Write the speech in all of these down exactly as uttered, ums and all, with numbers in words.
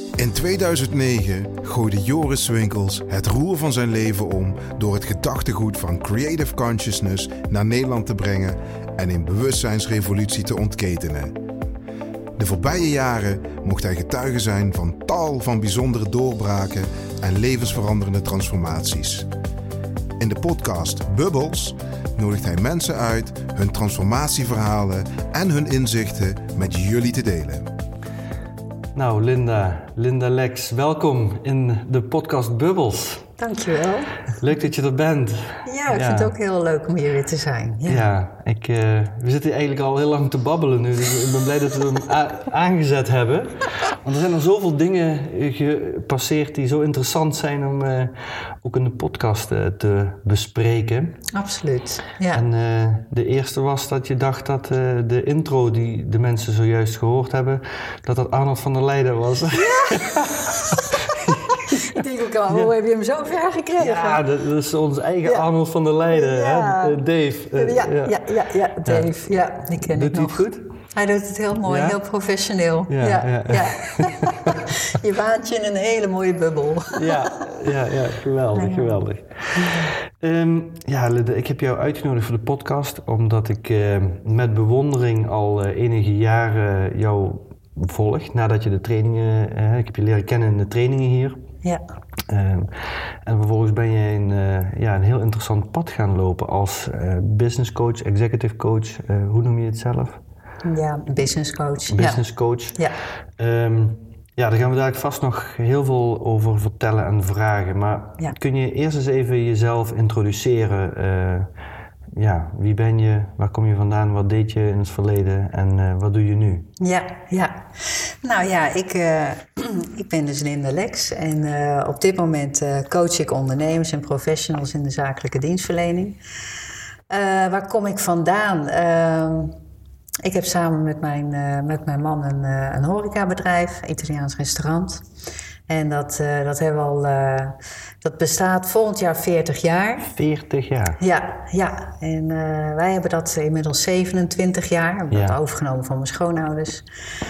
In tweeduizend negen gooide Joris Winkels het roer van zijn leven om door het gedachtegoed van Creative Consciousness naar Nederland te brengen en een bewustzijnsrevolutie te ontketenen. De voorbije jaren mocht hij getuige zijn van tal van bijzondere doorbraken en levensveranderende transformaties. In de podcast Bubbles nodigt hij mensen uit hun transformatieverhalen en hun inzichten met jullie te delen. Nou, Linda, Linda Lex, welkom in de podcast Bubbles. Dankjewel. Leuk dat je er bent. Ja, ik ja. vind het ook heel leuk om hier weer te zijn. Ja, ja ik, uh, we zitten eigenlijk al heel lang te babbelen nu, dus ik ben blij dat we hem a- aangezet hebben. Want er zijn er zoveel dingen gepasseerd die zo interessant zijn om uh, ook in de podcast uh, te bespreken. Absoluut, ja. En uh, de eerste was dat je dacht dat uh, de intro die de mensen zojuist gehoord hebben, dat dat Arnold van der Leijden was. Ja. Ik denk ook al, hoe heb je hem zo ver gekregen? Ja, dat is onze eigen ja. Arnold van der Leijden, ja. hè? Dave. Uh, ja, ja. Ja, ja, ja, Dave, ja, ja die ken doet ik nog. Doet hij het goed? Hij doet het heel mooi, ja? Heel professioneel. Ja, ja, ja. ja. Je waant je in een hele mooie bubbel. Ja, ja, ja geweldig, ja. geweldig. Um, ja, ik heb jou uitgenodigd voor de podcast, omdat ik uh, met bewondering al uh, enige jaren jou volg, nadat je de trainingen, uh, ik heb je leren kennen in de trainingen hier. Ja. Uh, en vervolgens ben je een, uh, ja, een heel interessant pad gaan lopen als uh, business coach, executive coach, uh, hoe noem je het zelf? Ja, business coach. Business ja. coach. Ja. Um, ja, daar gaan we daar vast nog heel veel over vertellen en vragen. Maar ja. kun je eerst eens even jezelf introduceren? Uh, ja, wie ben je? Waar kom je vandaan? Wat deed je in het verleden? En uh, wat doe je nu? Ja, ja. Nou ja, ik, uh, ik ben dus Linda Lex. En uh, op dit moment uh, coach ik ondernemers en professionals in de zakelijke dienstverlening. Uh, waar kom ik vandaan? Uh, Ik heb samen met mijn, uh, met mijn man een, uh, een horecabedrijf, Italiaans restaurant. En dat, uh, dat hebben we al, uh, dat bestaat volgend jaar veertig jaar. veertig jaar? Ja, ja. En uh, wij hebben dat inmiddels zevenentwintig jaar. We hebben ja. dat overgenomen van mijn schoonouders.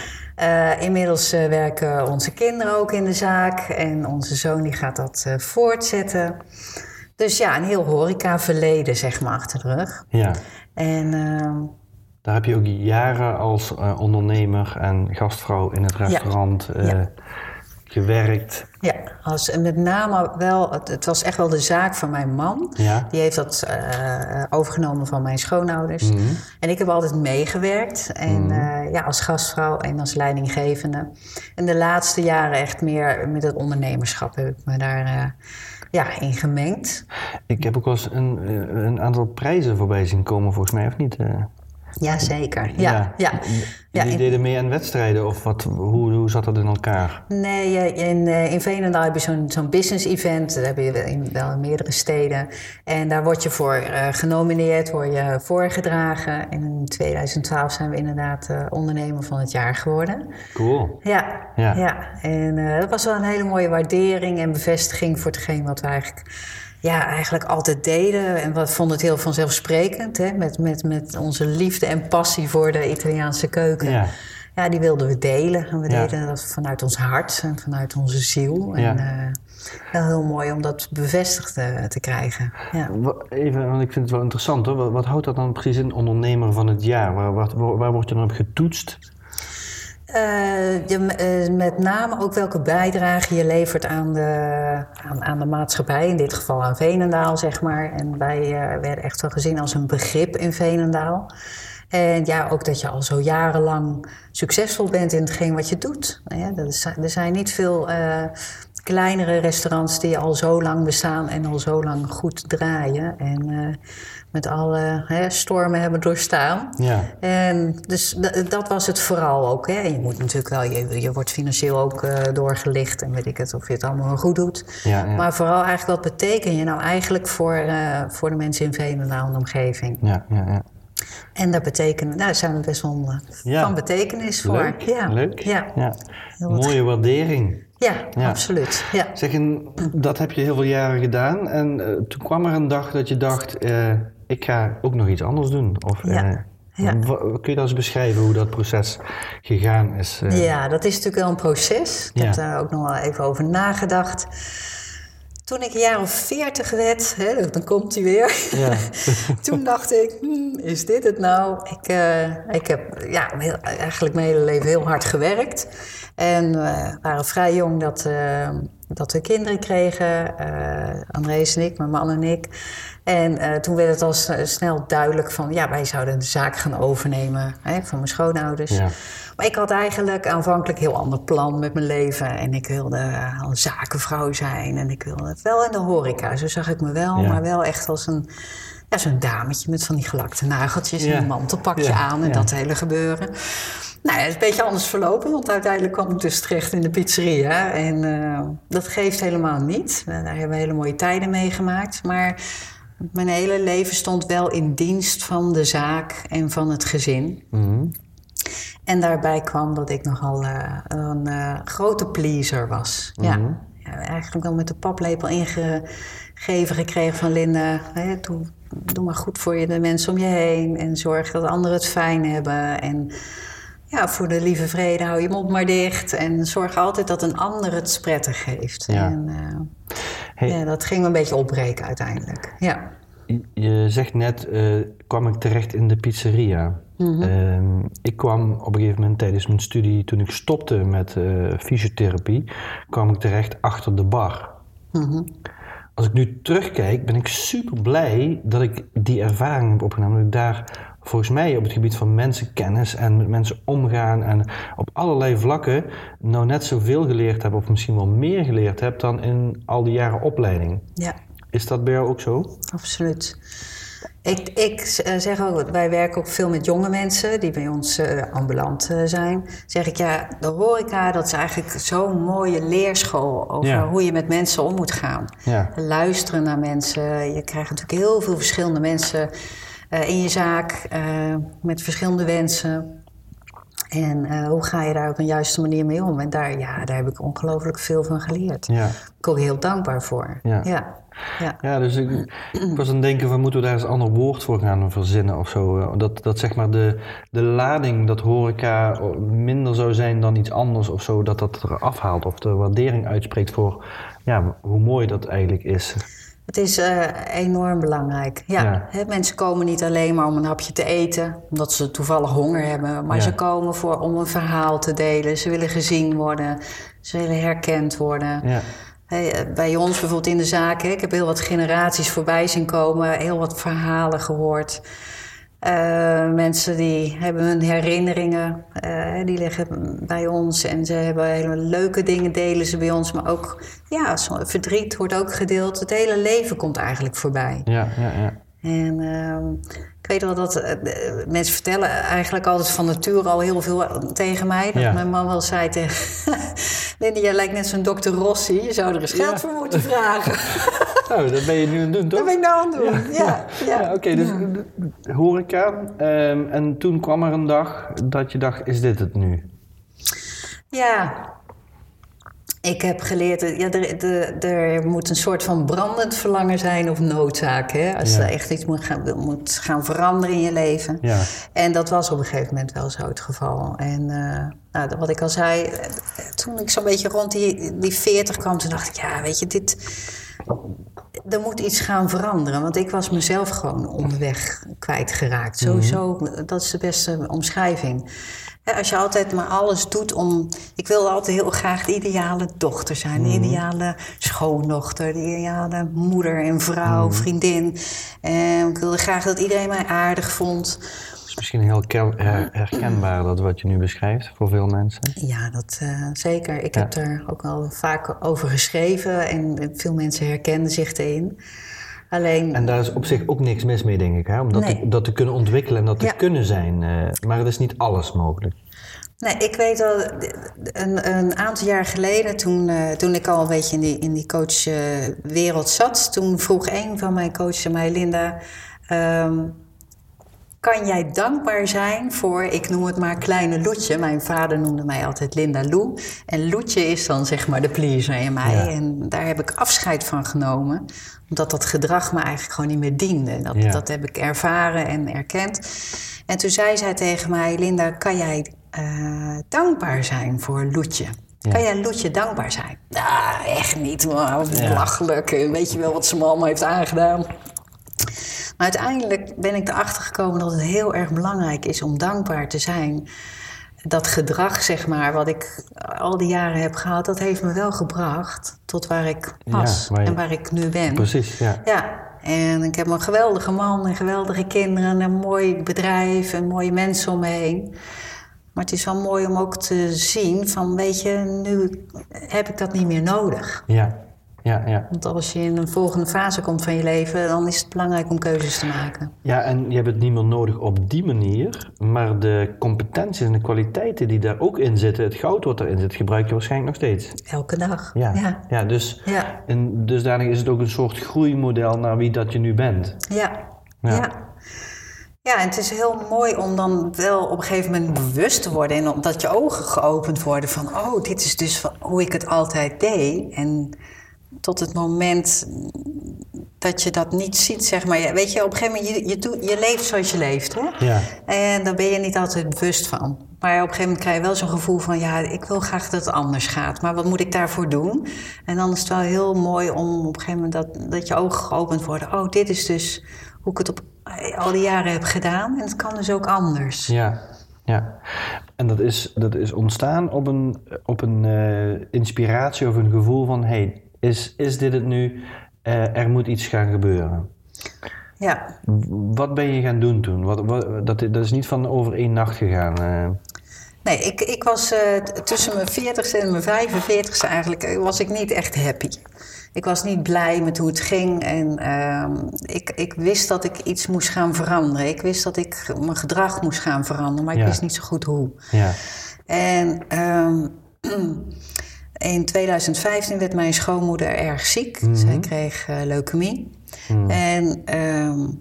Uh, inmiddels uh, werken onze kinderen ook in de zaak. En onze zoon die gaat dat uh, voortzetten. Dus ja, een heel horecaverleden zeg maar achter de rug. Ja. En... Uh, Daar heb je ook jaren als uh, ondernemer en gastvrouw in het restaurant ja. Uh, ja. gewerkt. Ja, als, met name wel, het, het was echt wel de zaak van mijn man. Ja. Die heeft dat uh, overgenomen van mijn schoonouders. Mm-hmm. En ik heb altijd meegewerkt. En mm-hmm. uh, ja, als gastvrouw en als leidinggevende. En de laatste jaren echt meer met het ondernemerschap heb ik me daar... Uh, Ja, in gemengd. Ik heb ook wel eens een, een aantal prijzen voorbij zien komen, volgens mij, of niet? Uh... Jazeker, ja. ja. ja. Die ja, in... deden mee aan wedstrijden of wat, hoe, hoe zat dat in elkaar? Nee, in, in Veenendaal heb je zo'n, zo'n business event. Dat heb je in, wel in meerdere steden. En daar word je voor uh, genomineerd, word je voorgedragen. En in tweeduizend twaalf zijn we inderdaad uh, ondernemer van het jaar geworden. Cool. Ja, ja. ja. En uh, dat was wel een hele mooie waardering en bevestiging voor hetgeen wat we eigenlijk... Ja, eigenlijk altijd deden. En we vonden het heel vanzelfsprekend. Hè? Met, met, met onze liefde en passie voor de Italiaanse keuken. Ja, ja die wilden we delen. En we ja. deden dat vanuit ons hart en vanuit onze ziel. En ja. uh, wel heel mooi om dat bevestigd te, te krijgen. Ja. Even, want ik vind het wel interessant hoor. Wat, wat houdt dat dan precies in, ondernemer van het jaar? Waar, waar, waar word je dan op getoetst? Uh, je, uh, met name ook welke bijdrage je levert aan de, aan, aan de maatschappij, in dit geval aan Veenendaal, zeg maar. En wij uh, werden echt wel gezien als een begrip in Veenendaal. En ja, ook dat je al zo jarenlang succesvol bent in hetgeen wat je doet. Ja, dat is, er zijn niet veel uh, kleinere restaurants die al zo lang bestaan en al zo lang goed draaien. En uh, met alle hè, stormen hebben doorstaan. Ja. En dus d- dat was het vooral ook. Hè. En je moet natuurlijk wel, je, je wordt financieel ook uh, doorgelicht en weet ik het, of je het allemaal goed doet. Ja, ja. Maar vooral eigenlijk, wat beteken je nou eigenlijk voor, uh, voor de mensen in Veenendaal en de omgeving? Ja, ja, ja. En dat betekent, nou, daar zijn we best wel ja. van betekenis voor. Leuk, ja. leuk. Ja. Ja. Mooie waardering. Ja, ja, absoluut. Ja. Zeg, en dat heb je heel veel jaren gedaan. En uh, toen kwam er een dag dat je dacht, uh, ik ga ook nog iets anders doen. Of, ja. Uh, Ja. Kun je dat eens beschrijven hoe dat proces gegaan is? Uh... Ja, dat is natuurlijk wel een proces. Ik ja. heb daar ook nog wel even over nagedacht. Toen ik een jaar of veertig werd, hè, dan komt hij weer. Ja. Toen dacht ik, hm, is dit het nou? Ik, uh, ik heb ja, heel, eigenlijk mijn hele leven heel hard gewerkt. En we uh, waren vrij jong dat, uh, dat we kinderen kregen. Uh, Andrees en ik, mijn man en ik. En uh, toen werd het al s- snel duidelijk van... ja, wij zouden de zaak gaan overnemen hè, van mijn schoonouders. Ja. Maar ik had eigenlijk aanvankelijk een heel ander plan met mijn leven. En ik wilde uh, een zakenvrouw zijn. En ik wilde wel in de horeca. Zo zag ik me wel, ja. maar wel echt als een... ja, zo'n dametje met van die gelakte nageltjes ja. en een mantelpakje ja. aan en ja. dat hele gebeuren. Nou ja, het is een beetje anders verlopen, want uiteindelijk kwam ik dus terecht in de pizzeria. En uh, dat geeft helemaal niet. Daar hebben we hele mooie tijden meegemaakt. Maar mijn hele leven stond wel in dienst van de zaak en van het gezin. Mm-hmm. En daarbij kwam dat ik nogal uh, een uh, grote pleaser was. Mm-hmm. Ja. Ja, eigenlijk wel met de paplepel ingegeven gekregen van Linda. Hè, doe, doe maar goed voor je, de mensen om je heen. En zorg dat anderen het fijn hebben. En ja, voor de lieve vrede hou je mond maar dicht. En zorg altijd dat een ander het prettig heeft. Ja. En uh, hey. ja, dat ging me een beetje opbreken uiteindelijk. Ja. Je zegt net, uh, kwam ik terecht in de pizzeria. Mm-hmm. Uh, ik kwam op een gegeven moment tijdens mijn studie, toen ik stopte met uh, fysiotherapie, kwam ik terecht achter de bar. Mm-hmm. Als ik nu terugkijk, ben ik super blij dat ik die ervaring heb opgenomen. Dat ik daar volgens mij op het gebied van mensenkennis en met mensen omgaan en op allerlei vlakken nou net zoveel geleerd heb, of misschien wel meer geleerd heb dan in al die jaren opleiding. Ja. Is dat bij jou ook zo? Absoluut. Ik, ik zeg ook, wij werken ook veel met jonge mensen die bij ons uh, ambulant uh, zijn. Zeg ik, ja, de horeca, dat is eigenlijk zo'n mooie leerschool over ja. hoe je met mensen om moet gaan. Ja. Luisteren naar mensen. Je krijgt natuurlijk heel veel verschillende mensen uh, in je zaak uh, met verschillende wensen. En uh, hoe ga je daar op een juiste manier mee om? En daar, ja, daar heb ik ongelooflijk veel van geleerd. Ja. Daar ben ik ook heel dankbaar voor. Ja, ja. ja. ja dus ik, ik was aan het denken van, moeten we daar eens een ander woord voor gaan verzinnen of zo? Dat, dat zeg maar de, de lading dat horeca minder zou zijn dan iets anders of zo, dat dat er afhaalt of de waardering uitspreekt voor ja, hoe mooi dat eigenlijk is. Het is uh, enorm belangrijk. Ja, ja. Hè, mensen komen niet alleen maar om een hapje te eten, omdat ze toevallig honger hebben. Maar ja. ze komen voor, om een verhaal te delen. Ze willen gezien worden. Ze willen herkend worden. Ja. Hey, bij ons bijvoorbeeld in de zaak, hè, ik heb heel wat generaties voorbij zien komen. Heel wat verhalen gehoord. Uh, mensen die hebben hun herinneringen, uh, die liggen bij ons en ze hebben hele leuke dingen, delen ze bij ons, maar ook ja, verdriet wordt ook gedeeld. Het hele leven komt eigenlijk voorbij. Ja, ja, ja. En uh, ik weet wel dat uh, mensen vertellen eigenlijk altijd van nature al heel veel tegen mij. Dat ja. mijn man wel zei tegen Linda, jij lijkt net zo'n dokter Rossi, je zou er eens geld ja. voor moeten vragen. Nou, dat ben je nu aan het doen, toch? Dat ben ik nou aan het doen, ja. ja, ja. ja Oké, okay, dus ja. horeca. Um, en toen kwam er een dag dat je dacht, is dit het nu? Ja, ik heb geleerd, ja, er, er, er moet een soort van brandend verlangen zijn of noodzaak. Hè? Als ja. er echt iets moet gaan, moet gaan veranderen in je leven. Ja. En dat was op een gegeven moment wel zo het geval. En uh, nou, wat ik al zei, toen ik zo'n beetje rond die, die veertig kwam, toen dacht ik, ja, weet je, dit... er moet iets gaan veranderen, want ik was mezelf gewoon onderweg kwijtgeraakt. Mm-hmm. Sowieso, dat is de beste omschrijving. Als je altijd maar alles doet om... Ik wilde altijd heel graag de ideale dochter zijn. De ideale schoondochter. De ideale moeder en vrouw, mm. vriendin. En ik wilde graag dat iedereen mij aardig vond. Dat is misschien heel herkenbaar, dat wat je nu beschrijft, voor veel mensen. Ja, dat uh, zeker. Ik ja. heb er ook al vaak over geschreven. En veel mensen herkennen zich erin. Alleen... En daar is op zich ook niks mis mee, denk ik. Hè? Om dat, nee. te, dat te kunnen ontwikkelen en dat ja. te kunnen zijn. Uh, maar het is niet alles mogelijk. Nee, ik weet al, een, een aantal jaar geleden, toen, uh, toen ik al een beetje in die, in die coachwereld uh, zat, toen vroeg een van mijn coaches mij, Linda, um, kan jij dankbaar zijn voor, ik noem het maar Kleine Loetje. Mijn vader noemde mij altijd Linda Lou. En Loetje is dan zeg maar de pleaser in mij. Ja. En daar heb ik afscheid van genomen. Omdat dat gedrag me eigenlijk gewoon niet meer diende. Dat, ja. dat heb ik ervaren en erkend. En toen zei zij tegen mij, Linda, kan jij uh, dankbaar zijn voor Loetje? Ja. Kan jij Loetje dankbaar zijn? Nou, echt niet. Belachelijk. Ja. Weet je wel wat ze me allemaal heeft aangedaan? Maar uiteindelijk ben ik erachter gekomen dat het heel erg belangrijk is om dankbaar te zijn. Dat gedrag, zeg maar, wat ik al die jaren heb gehad, dat heeft me wel gebracht tot waar ik was ja, waar je... en waar ik nu ben. Precies, ja. Ja, en ik heb een geweldige man en geweldige kinderen en een mooi bedrijf en mooie mensen om me heen. Maar het is wel mooi om ook te zien van, weet je, nu heb ik dat niet meer nodig. Ja. Ja, ja. Want als je in een volgende fase komt van je leven, dan is het belangrijk om keuzes te maken. Ja, en je hebt het niet meer nodig op die manier, maar de competenties en de kwaliteiten die daar ook in zitten, het goud wat erin zit, gebruik je waarschijnlijk nog steeds. Elke dag. Ja, ja. ja dus ja. En dusdanig is het ook een soort groeimodel naar wie dat je nu bent. Ja, ja. ja. Ja, en het is heel mooi om dan wel op een gegeven moment bewust te worden en dat je ogen geopend worden van, oh, dit is dus hoe ik het altijd deed. En tot het moment dat je dat niet ziet, zeg maar. Weet je, op een gegeven moment, je, je, doet, je leeft zoals je leeft, hè? Ja. En daar ben je niet altijd bewust van. Maar op een gegeven moment krijg je wel zo'n gevoel van, ja, ik wil graag dat het anders gaat. Maar wat moet ik daarvoor doen? En dan is het wel heel mooi om op een gegeven moment dat, dat je ogen geopend worden. Oh, dit is dus hoe ik het op al die jaren heb gedaan. En het kan dus ook anders. Ja, ja. En dat is, dat is ontstaan op een, op een uh, inspiratie of een gevoel van, hey, Is, is dit het nu? Uh, er moet iets gaan gebeuren. Ja. Wat ben je gaan doen toen? Wat, wat, dat, dat is niet van over één nacht gegaan. Uh. Nee, ik, ik was uh, tussen mijn veertigste en mijn vijfenveertigste eigenlijk was ik niet echt happy. Ik was niet blij met hoe het ging en uh, ik, ik wist dat ik iets moest gaan veranderen. Ik wist dat ik mijn gedrag moest gaan veranderen, maar ik ja. wist niet zo goed hoe. Ja. En um, in tweeduizend vijftien werd mijn schoonmoeder erg ziek. Mm-hmm. Zij kreeg uh, leukemie. Mm. En um,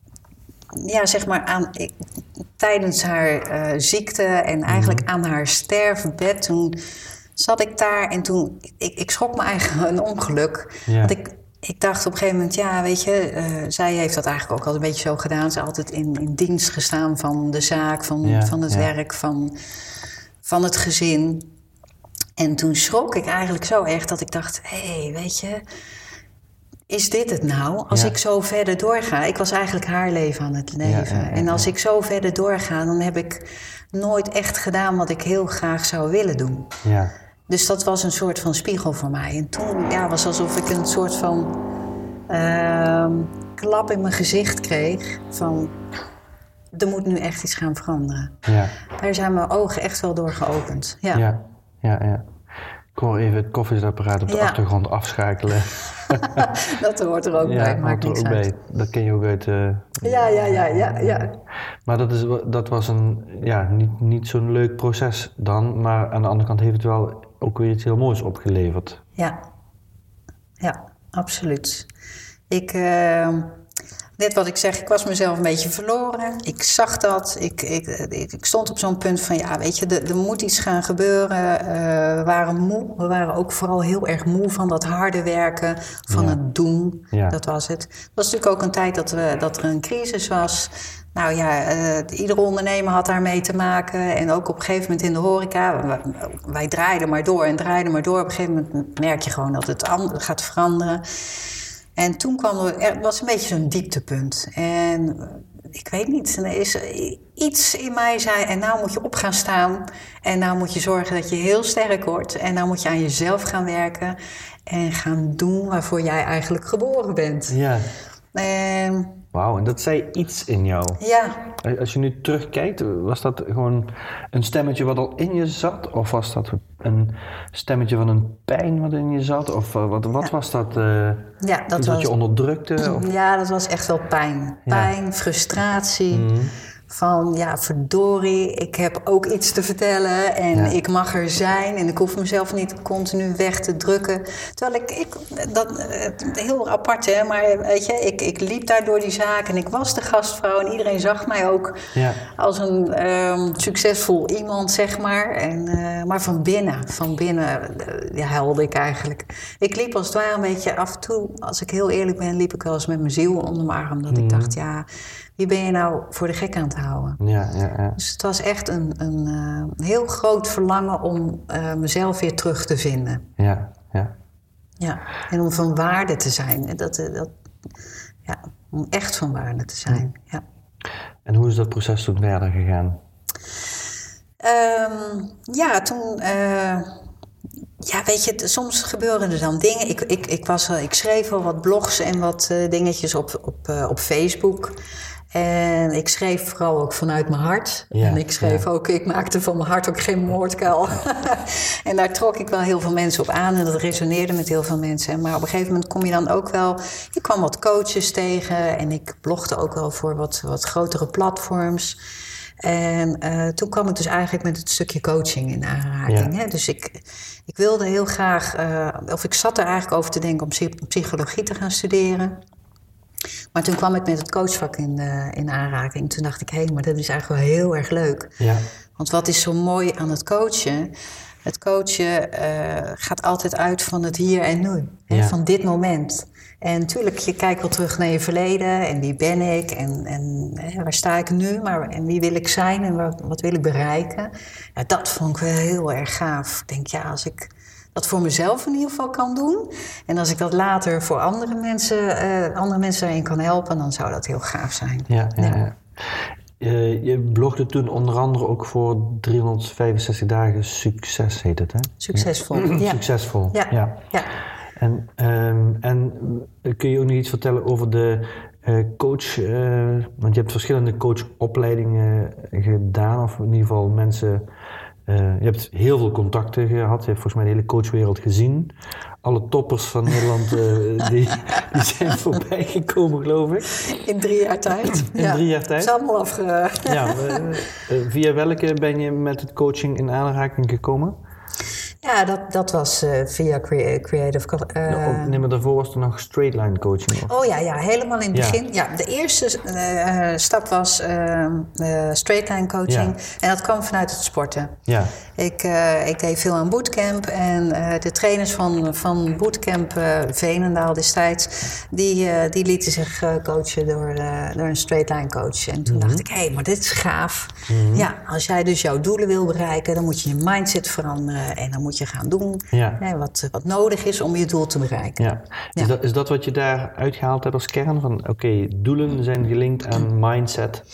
ja, zeg maar aan, ik, tijdens haar uh, ziekte en eigenlijk mm. aan haar sterfbed, toen zat ik daar en toen, ik, ik schrok me eigenlijk een ongeluk. Ja. Want ik, ik dacht op een gegeven moment, ja, weet je, uh, zij heeft dat eigenlijk ook al een beetje zo gedaan. Ze is altijd in, in dienst gestaan van de zaak, van, ja, van het ja. werk, van, van het gezin. En toen schrok ik eigenlijk zo erg dat ik dacht, hé, hey, weet je, is dit het nou? Als ja. ik zo verder doorga, ik was eigenlijk haar leven aan het leven. Ja, ja, ja, en als ja. ik zo verder doorga, dan heb ik nooit echt gedaan wat ik heel graag zou willen doen. Ja. Dus dat was een soort van spiegel voor mij. En toen ja, was het alsof ik een soort van uh, klap in mijn gezicht kreeg van, er moet nu echt iets gaan veranderen. Ja. Daar zijn mijn ogen echt wel door geopend. Ja. Ja. Ja, ja. Ik hoor even het koffiezetapparaat op de ja. achtergrond afschakelen. Dat hoort er ook ja, bij, maakt niks uit. Bij. Dat ken je ook uit... Uh, ja, ja, ja, ja, ja. Maar dat, is, dat was een, ja, niet, niet zo'n leuk proces dan. Maar aan de andere kant heeft het wel ook weer iets heel moois opgeleverd. Ja, ja, absoluut. Ik... Uh... Net wat ik zeg, ik was mezelf een beetje verloren. Ik zag dat. Ik, ik, ik stond op zo'n punt van, ja, weet je, er, er moet iets gaan gebeuren. Uh, we waren moe. We waren ook vooral heel erg moe van dat harde werken, van ja. het doen. Ja. Dat was het. Het was natuurlijk ook een tijd dat, we, dat er een crisis was. Nou ja, uh, iedere ondernemer had daarmee te maken. En ook op een gegeven moment in de horeca. Wij, wij draaiden maar door en draaiden maar door. Op een gegeven moment merk je gewoon dat het gaat veranderen. En toen kwam er, er was een beetje zo'n dieptepunt. En ik weet niet, er is iets in mij zei, en nou moet je op gaan staan. En nou moet je zorgen dat je heel sterk wordt. En nou moet je aan jezelf gaan werken. En gaan doen waarvoor jij eigenlijk geboren bent. Ja. En, Wauw, en dat zei iets in jou. Ja. Als je nu terugkijkt, was dat gewoon een stemmetje wat al in je zat? Of was dat een stemmetje van een pijn wat in je zat? Of wat, wat ja. was dat? Uh, ja, dat iets was, dat je onderdrukte? Of? Ja, dat was echt wel pijn. Pijn, ja. frustratie. Mm-hmm. Van ja, verdorie, ik heb ook iets te vertellen en ja. ik mag er zijn en ik hoef mezelf niet continu weg te drukken. Terwijl ik, ik dat heel apart hè, maar weet je, ik, ik liep daar door die zaak en ik was de gastvrouw en iedereen zag mij ook ja. als een um, succesvol iemand, zeg maar. En, uh, maar van binnen, van binnen uh, ja, huilde ik eigenlijk. Ik liep als het ware een beetje af en toe, als ik heel eerlijk ben, liep ik wel eens met mijn ziel onder mijn arm. Dat mm. ik dacht, ja, wie ben je nou voor de gek aan het houden? Ja, ja, ja. Dus het was echt een, een uh, heel groot verlangen om uh, mezelf weer terug te vinden. Ja, ja. Ja, en om van waarde te zijn. Dat, dat, ja, om echt van waarde te zijn, ja. En hoe is dat proces toen verder gegaan? Um, ja, toen... Uh, Ja, weet je, soms gebeuren er dan dingen. Ik, ik, ik, was, ik schreef wel wat blogs en wat uh, dingetjes op, op, uh, op Facebook. En ik schreef vooral ook vanuit mijn hart. Ja, en ik schreef ja. ook, ik maakte van mijn hart ook geen moordkuil. En daar trok ik wel heel veel mensen op aan. En dat resoneerde met heel veel mensen. Maar op een gegeven moment kom je dan ook wel... Ik kwam wat coaches tegen. En ik blogde ook wel voor wat, wat grotere platforms. En uh, toen kwam ik dus eigenlijk met het stukje coaching in aanraking. Ja. Hè? Dus ik, ik wilde heel graag... Uh, of ik zat er eigenlijk over te denken om psychologie te gaan studeren. Maar toen kwam ik met het coachvak in, uh, in aanraking. Toen dacht ik, hé, hey, maar dat is eigenlijk wel heel erg leuk. Ja. Want wat is zo mooi aan het coachen? Het coachen uh, gaat altijd uit van het hier en nu. Hè? Ja. Van dit moment. En natuurlijk, je kijkt wel terug naar je verleden. En wie ben ik? En, en hè, waar sta ik nu? Maar, en wie wil ik zijn? En wat, wat wil ik bereiken? Ja, dat vond ik wel heel erg gaaf. Ik denk, ja, als ik dat voor mezelf in ieder geval kan doen. En als ik dat later voor andere mensen, uh, andere mensen daarin kan helpen, dan zou dat heel gaaf zijn. Ja, ja, ja. ja. Uh, je blogde toen onder andere ook voor driehonderdvijfenzestig dagen succes, heet het, hè? Succesvol, ja. ja. Succesvol, ja. ja. ja. En, um, en kun je ook nog iets vertellen over de uh, coach... Uh, want je hebt verschillende coachopleidingen gedaan, of in ieder geval mensen... Uh, je hebt heel veel contacten gehad, je hebt volgens mij de hele coachwereld gezien. Alle toppers van Nederland uh, die, die zijn voorbij gekomen, geloof ik. In drie jaar tijd. In ja. drie jaar tijd? Het is allemaal afge... ja, uh, uh, via welke ben je met het coaching in aanraking gekomen? Ja, dat, dat was uh, via crea- Creative... Uh, nou, nee, maar daarvoor was er nog straight line coaching. Of? Oh ja, ja, helemaal in het ja. begin. Ja, de eerste uh, stap was uh, uh, straight line coaching. Ja. En dat kwam vanuit het sporten. Ja. Ik, uh, ik deed veel aan bootcamp. En uh, de trainers van, van bootcamp uh, Veenendaal destijds... die, uh, die lieten zich uh, coachen door, uh, door een straight line coach. En toen mm-hmm. dacht ik, hé, hey, maar dit is gaaf. Mm-hmm. Ja, als jij dus jouw doelen wil bereiken... dan moet je je mindset veranderen. En dan moet je gaan doen ja. hè, wat, wat nodig is om je doel te bereiken. Ja. Ja. Is, dat, is dat wat je daar uitgehaald hebt als kern? Van oké, okay, doelen zijn gelinkt aan mindset.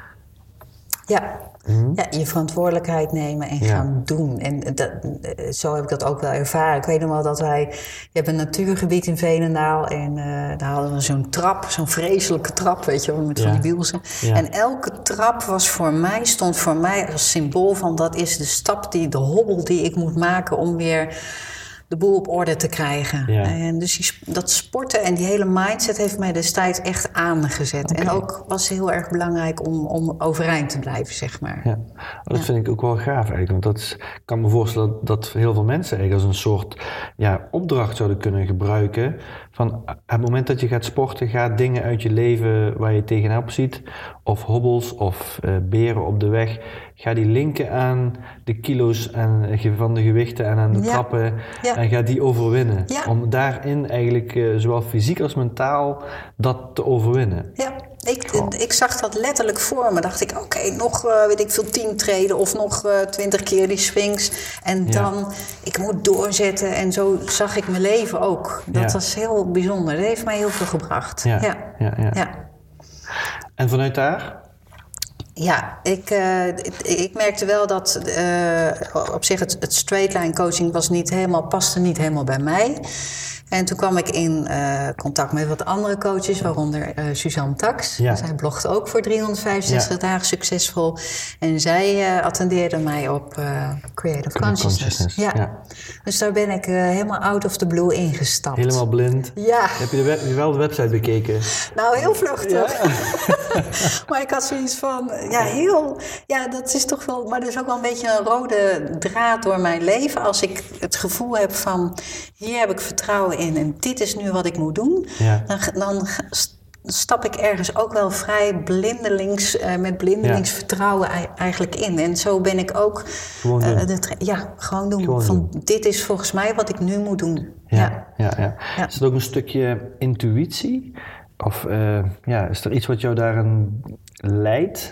Ja. Mm-hmm. Ja, je verantwoordelijkheid nemen en ja. gaan doen. En dat, zo heb ik dat ook wel ervaren. Ik weet nog wel dat wij... Je hebt een natuurgebied in Veenendaal... en uh, daar hadden we zo'n trap, zo'n vreselijke trap, weet je wel, met ja. van die wielsen. Ja. En elke trap was voor mij, stond voor mij als symbool van... dat is de stap, die, de hobbel die ik moet maken om weer... de boel op orde te krijgen. Ja. En dus die, dat sporten en die hele mindset heeft mij destijds echt aangezet. Okay. En ook was heel erg belangrijk om, om overeind te blijven, zeg maar. Ja. Dat ja. vind ik ook wel gaaf eigenlijk. Want dat is, ik kan me voorstellen dat, dat heel veel mensen eigenlijk als een soort ja, opdracht zouden kunnen gebruiken. Van op het moment dat je gaat sporten, ga dingen uit je leven waar je tegenop ziet. Of hobbels of uh, beren op de weg. Ga die linken aan de kilo's en, van de gewichten en aan de ja. trappen. Ja. En ga die overwinnen. Ja. Om daarin eigenlijk uh, zowel fysiek als mentaal dat te overwinnen. Ja, ik, oh. ik zag dat letterlijk voor me. Dacht ik, oké, okay, nog uh, weet ik veel tien treden of nog uh, twintig keer die swings. En dan, ja. ik moet doorzetten. En zo zag ik mijn leven ook. Dat ja. was heel bijzonder. Dat heeft mij heel veel gebracht. Ja, ja. ja, ja. ja. En vanuit daar? Ja, ik, uh, ik, ik merkte wel dat uh, op zich het, het straight line coaching was niet helemaal, paste niet helemaal bij mij. En toen kwam ik in uh, contact met wat andere coaches, waaronder uh, Suzanne Tax. Ja. Zij blogt ook voor driehonderdvijfenzestig ja. dagen succesvol. En zij uh, attendeerde mij op uh, Creative Consciousness. Consciousness. Ja. Ja. Dus daar ben ik uh, helemaal out of the blue ingestapt. Helemaal blind? Ja. Heb je, de web, je wel de website bekeken? Nou, heel vluchtig. Ja. Maar ik had zoiets van, ja, heel... Ja, dat is toch wel... Maar er is ook wel een beetje een rode draad door mijn leven. Als ik het gevoel heb van, hier heb ik vertrouwen in en dit is nu wat ik moet doen. Ja. Dan, dan stap ik ergens ook wel vrij blindelings, uh, met blindelings ja. vertrouwen eigenlijk in. En zo ben ik ook... Gewoon doen. Uh, de tra- ja, gewoon doen. Gewoon van, doen. Dit is volgens mij wat ik nu moet doen. Ja, ja. ja, ja. ja. Is het ook een stukje intuïtie? Of uh, ja, is er iets wat jou daarin leidt?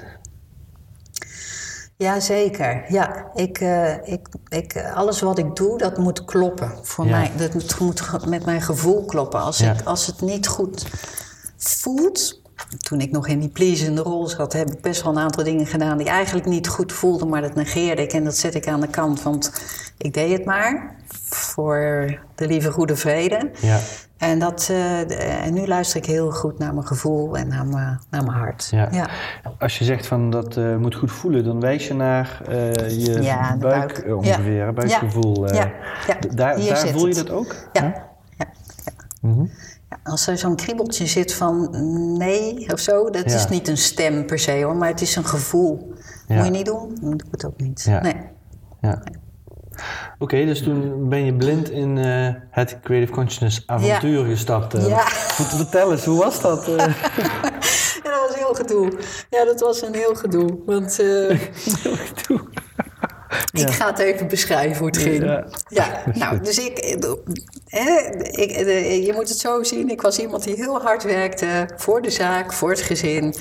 Jazeker, ja. Ik, uh, ik, ik, alles wat ik doe, dat moet kloppen voor ja. mij. Dat moet, moet met mijn gevoel kloppen. Als, ja. ik, als het niet goed voelt... Toen ik nog in die pleasende rol zat, heb ik best wel een aantal dingen gedaan die eigenlijk niet goed voelden, maar dat negeerde ik en dat zet ik aan de kant, want ik deed het maar voor de lieve goede vrede. Ja. En, dat, uh, en nu luister ik heel goed naar mijn gevoel en naar mijn, naar mijn hart. Ja. Ja. Als je zegt van dat uh, moet goed voelen, dan wijs je naar uh, je ja, buik, buik ongeveer, ja. buikgevoel. Uh, ja. Ja. D- daar daar voel je het. dat ook? Ja. Huh? ja. ja. Mm-hmm. Ja, als er zo'n kriebeltje zit van nee of zo, dat ja. is niet een stem per se hoor, maar het is een gevoel. Ja. Moet je niet doen, dan doe ik het ook niet. Ja. Nee. Ja. nee. Oké, okay, dus toen ben je blind in uh, het Creative Consciousness avontuur ja. gestapt. Uh, ja. Vertel eens, hoe was dat? Uh? Ja, dat was heel gedoe. Ja, dat was een heel gedoe. Want uh, heel gedoe. Ik ja. ga het even beschrijven hoe het ging. Ja, ja nou, dus ik, hè, ik... Je moet het zo zien. Ik was iemand die heel hard werkte voor de zaak, voor het gezin.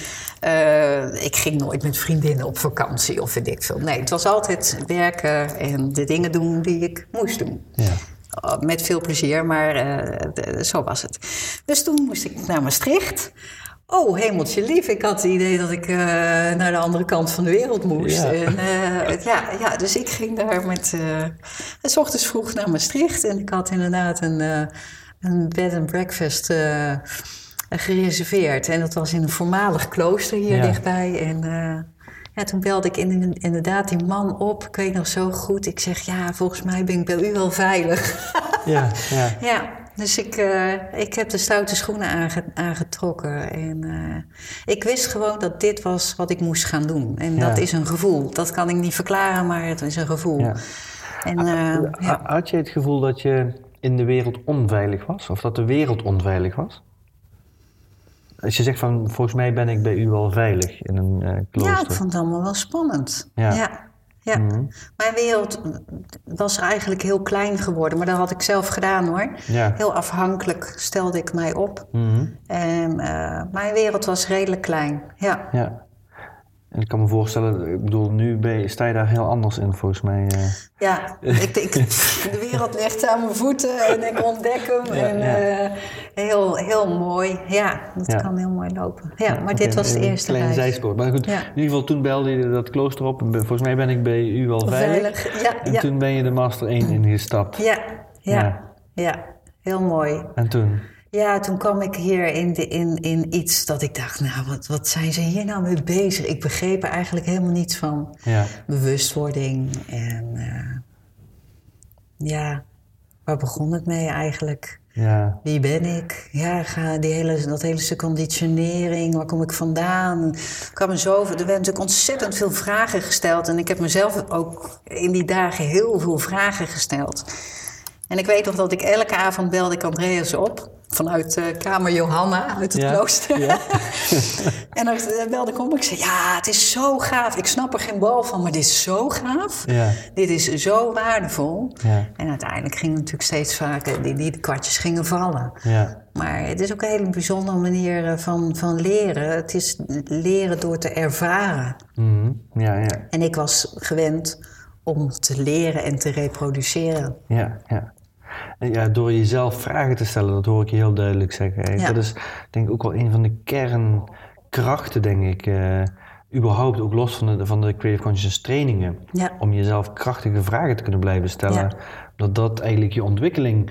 Uh, ik ging nooit met vriendinnen op vakantie of weet ik veel. Nee, het was altijd werken en de dingen doen die ik moest doen. Ja. Met veel plezier, maar uh, de, zo was het. Dus toen moest ik naar Maastricht. Oh, hemeltje lief. Ik had het idee dat ik uh, naar de andere kant van de wereld moest. Ja. En, uh, ja, ja, dus ik ging daar met... Uh, s ochtends vroeg naar Maastricht. En ik had inderdaad een, uh, een bed and breakfast uh, gereserveerd. En dat was in een voormalig klooster hier ja. dichtbij. En uh, ja, toen belde ik in, inderdaad die man op. Ik weet nog zo goed. Ik zeg, ja, volgens mij ben ik bij u wel veilig. Ja, ja. Ja. Dus ik, uh, ik heb de stoute schoenen aange, aangetrokken. En uh, ik wist gewoon dat dit was wat ik moest gaan doen. En ja. dat is een gevoel. Dat kan ik niet verklaren, maar het is een gevoel. Ja. En, uh, ja. Had je het gevoel dat je in de wereld onveilig was? Of dat de wereld onveilig was? Als je zegt van, volgens mij ben ik bij u wel veilig in een uh, klooster. Ja, ik vond het allemaal wel spannend. Ja. ja. Ja, mm-hmm. Mijn wereld was eigenlijk heel klein geworden, maar dat had ik zelf gedaan hoor. Ja. Heel afhankelijk stelde ik mij op. Mm-hmm. En uh, mijn wereld was redelijk klein, ja. ja. En ik kan me voorstellen, ik bedoel, nu ben je, sta je daar heel anders in volgens mij. Uh. Ja, ik, ik, de wereld ligt aan mijn voeten en ik ontdek hem. Ja, en, ja. Uh, heel, heel mooi, ja, dat ja. kan heel mooi lopen. Ja, ja maar okay, dit was de eerste reis. Kleine zijspoor. Maar goed, ja. in ieder geval toen belde je dat klooster op. Volgens mij ben ik bij u al veilig. veilig. Ja, en ja. toen ben je de Master één ingestapt. Ja, ja, ja, ja, heel mooi. En toen? Ja, toen kwam ik hier in, de, in, in iets dat ik dacht, nou, wat, wat zijn ze hier nou mee bezig? Ik begreep er eigenlijk helemaal niets van. Ja. Bewustwording en uh, ja, waar begon het mee eigenlijk? Ja. Wie ben ik? Ja, ga die hele, dat hele stuk conditionering, waar kom ik vandaan? Er kwamen zoveel, er werden natuurlijk ontzettend veel vragen gesteld en ik heb mezelf ook in die dagen heel veel vragen gesteld. En ik weet nog dat ik elke avond belde ik Andreas op. Vanuit uh, kamer Johanna, uit het ja, klooster. Ja. En dan belde ik op. Ik zei, ja, het is zo gaaf. Ik snap er geen bal van, maar dit is zo gaaf. Ja. Dit is zo waardevol. Ja. En uiteindelijk gingen natuurlijk steeds vaker... Die, die kwartjes gingen vallen. Ja. Maar het is ook een hele bijzondere manier van, van leren. Het is leren door te ervaren. Mm-hmm. Ja, ja. En ik was gewend om te leren en te reproduceren. Ja, ja. Ja, door jezelf vragen te stellen, dat hoor ik je heel duidelijk zeggen. Ja. Dat is denk ik ook wel een van de kernkrachten, denk ik. Uh, überhaupt ook los van de, van de Creative Consciousness trainingen. Ja. Om jezelf krachtige vragen te kunnen blijven stellen. Ja. Dat dat eigenlijk je ontwikkeling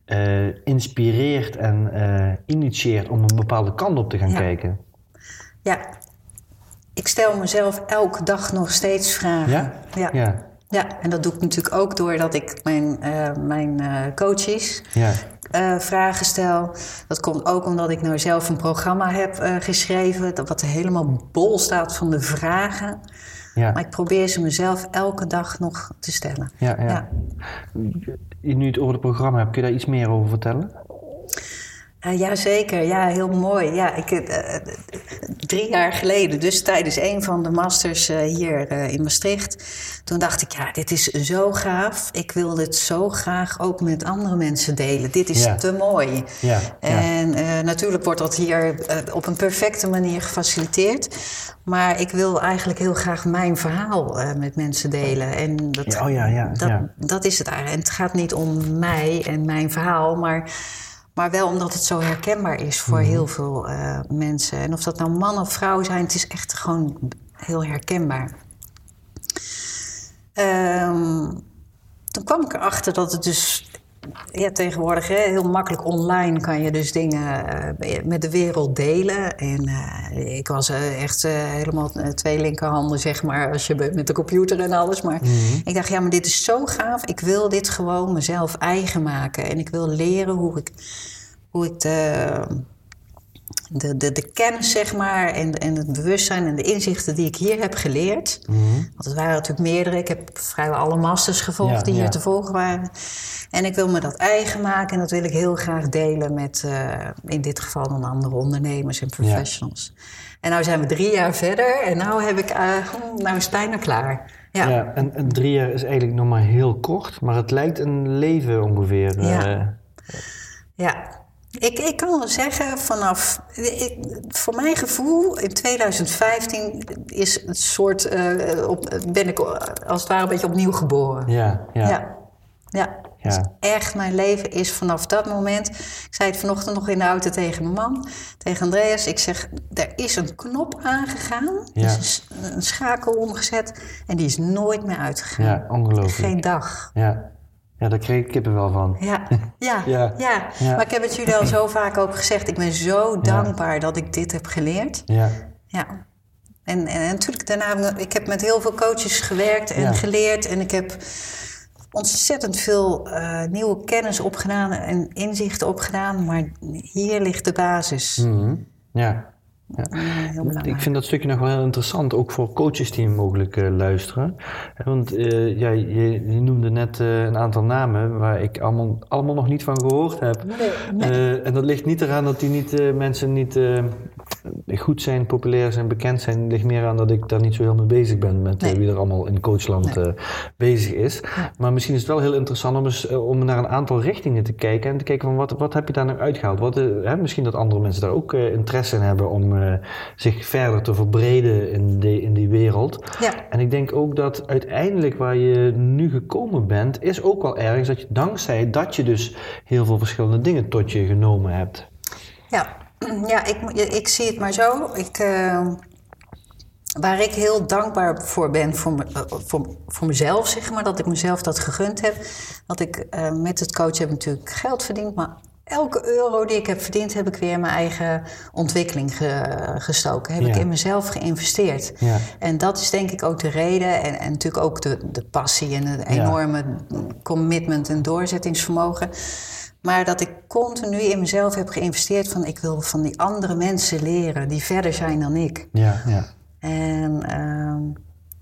uh, inspireert en uh, initieert om een bepaalde kant op te gaan ja. kijken? Ja, ik stel mezelf elke dag nog steeds vragen. Ja? Ja. ja. Ja, en dat doe ik natuurlijk ook doordat ik mijn, uh, mijn uh, coaches ja. uh, vragen stel. Dat komt ook omdat ik nou zelf een programma heb uh, geschreven, dat wat helemaal bol staat van de vragen. Ja. Maar ik probeer ze mezelf elke dag nog te stellen. Ja, ja. Ja. Je nu het over het programma hebt, kun je daar iets meer over vertellen? Uh, Jazeker, ja, heel mooi. Ja, ik, uh, drie jaar geleden, dus tijdens een van de masters uh, hier uh, in Maastricht, toen dacht ik, ja, dit is zo gaaf. Ik wil dit zo graag ook met andere mensen delen. Dit is ja. te mooi. Ja, en uh, natuurlijk wordt dat hier uh, op een perfecte manier gefaciliteerd. Maar ik wil eigenlijk heel graag mijn verhaal uh, met mensen delen. En dat, ja, oh ja, ja, dat, ja. dat is het eigenlijk. En het gaat niet om mij en mijn verhaal, maar... Maar wel omdat het zo herkenbaar is voor mm-hmm. heel veel uh, mensen. En of dat nou man of vrouw zijn, het is echt gewoon heel herkenbaar. Um, toen kwam ik erachter dat het dus... Ja, tegenwoordig hè, heel makkelijk online kan je dus dingen uh, met de wereld delen. En uh, ik was uh, echt uh, helemaal uh, twee linkerhanden, zeg maar, als je met de computer en alles. Maar mm-hmm. ik dacht, ja, maar dit is zo gaaf. Ik wil dit gewoon mezelf eigen maken. En ik wil leren hoe ik, hoe ik de, de, de, de kennis, zeg maar, en, en het bewustzijn en de inzichten die ik hier heb geleerd. Mm-hmm. Want het waren natuurlijk meerdere. Ik heb vrijwel alle masters gevolgd ja, die hier ja. te volgen waren. En ik wil me dat eigen maken en dat wil ik heel graag delen met, uh, in dit geval dan andere ondernemers en professionals. Ja. En nou zijn we drie jaar verder en nou heb ik, uh, nou is het bijna klaar. Ja, ja en, en drie jaar is eigenlijk nog maar heel kort, maar het lijkt een leven ongeveer. Ja, uh, ja. Ik, ik kan wel zeggen, vanaf, ik, voor mijn gevoel, in twintig vijftien is het soort, uh, op, ben ik als het ware een beetje opnieuw geboren. Ja, ja. ja. Ja, ja. Dus echt mijn leven is vanaf dat moment... Ik zei het vanochtend nog in de auto tegen mijn man, tegen Andreas. Ik zeg, er is een knop aangegaan, ja. dus een, een schakel omgezet... en die is nooit meer uitgegaan. Ja, ongelooflijk. Geen dag. Ja, ja daar kreeg ik kippenvel van. Ja, ja, ja. ja. ja. Maar ik heb het jullie al zo vaak ook gezegd. Ik ben zo dankbaar ja. dat ik dit heb geleerd. Ja. Ja. En, en, en natuurlijk, daarna, ik heb met heel veel coaches gewerkt en ja. geleerd... en ik heb... ontzettend veel uh, nieuwe kennis opgedaan en inzichten opgedaan, maar hier ligt de basis. Mm-hmm. Ja. Ja. Heel belangrijk. Ik vind dat stukje nog wel heel interessant, ook voor coaches die mogelijk uh, luisteren. Want uh, ja, je, je noemde net uh, een aantal namen waar ik allemaal, allemaal nog niet van gehoord heb. Nee, nee. Uh, en dat ligt niet eraan dat die niet, uh, mensen niet uh, goed zijn, populair zijn, bekend zijn. Het ligt meer aan dat ik daar niet zo heel mee bezig ben met nee. uh, wie er allemaal in coachland nee. uh, bezig is. Ja. Maar misschien is het wel heel interessant om, eens, uh, om naar een aantal richtingen te kijken en te kijken van wat, wat heb je daar nou uitgehaald? Wat, uh, hè, misschien dat andere mensen daar ook uh, interesse in hebben om uh, zich verder te verbreden in, de, in die wereld. Ja. En ik denk ook dat uiteindelijk waar je nu gekomen bent, is ook wel ergens dat je dankzij dat je dus heel veel verschillende dingen tot je genomen hebt. Ja, ja ik, ik zie het maar zo. Ik, uh, waar ik heel dankbaar voor ben, voor, me, uh, voor, voor mezelf, zeg maar, dat ik mezelf dat gegund heb. Dat ik uh, met het coachen heb natuurlijk geld verdiend, maar elke euro die ik heb verdiend, heb ik weer in mijn eigen ontwikkeling ge, gestoken. Heb ja. ik in mezelf geïnvesteerd. Ja. En dat is denk ik ook de reden. En, en natuurlijk ook de, de passie en het enorme ja. commitment en doorzettingsvermogen. Maar dat ik continu in mezelf heb geïnvesteerd van ik wil van die andere mensen leren die verder zijn dan ik. Ja, ja. En uh,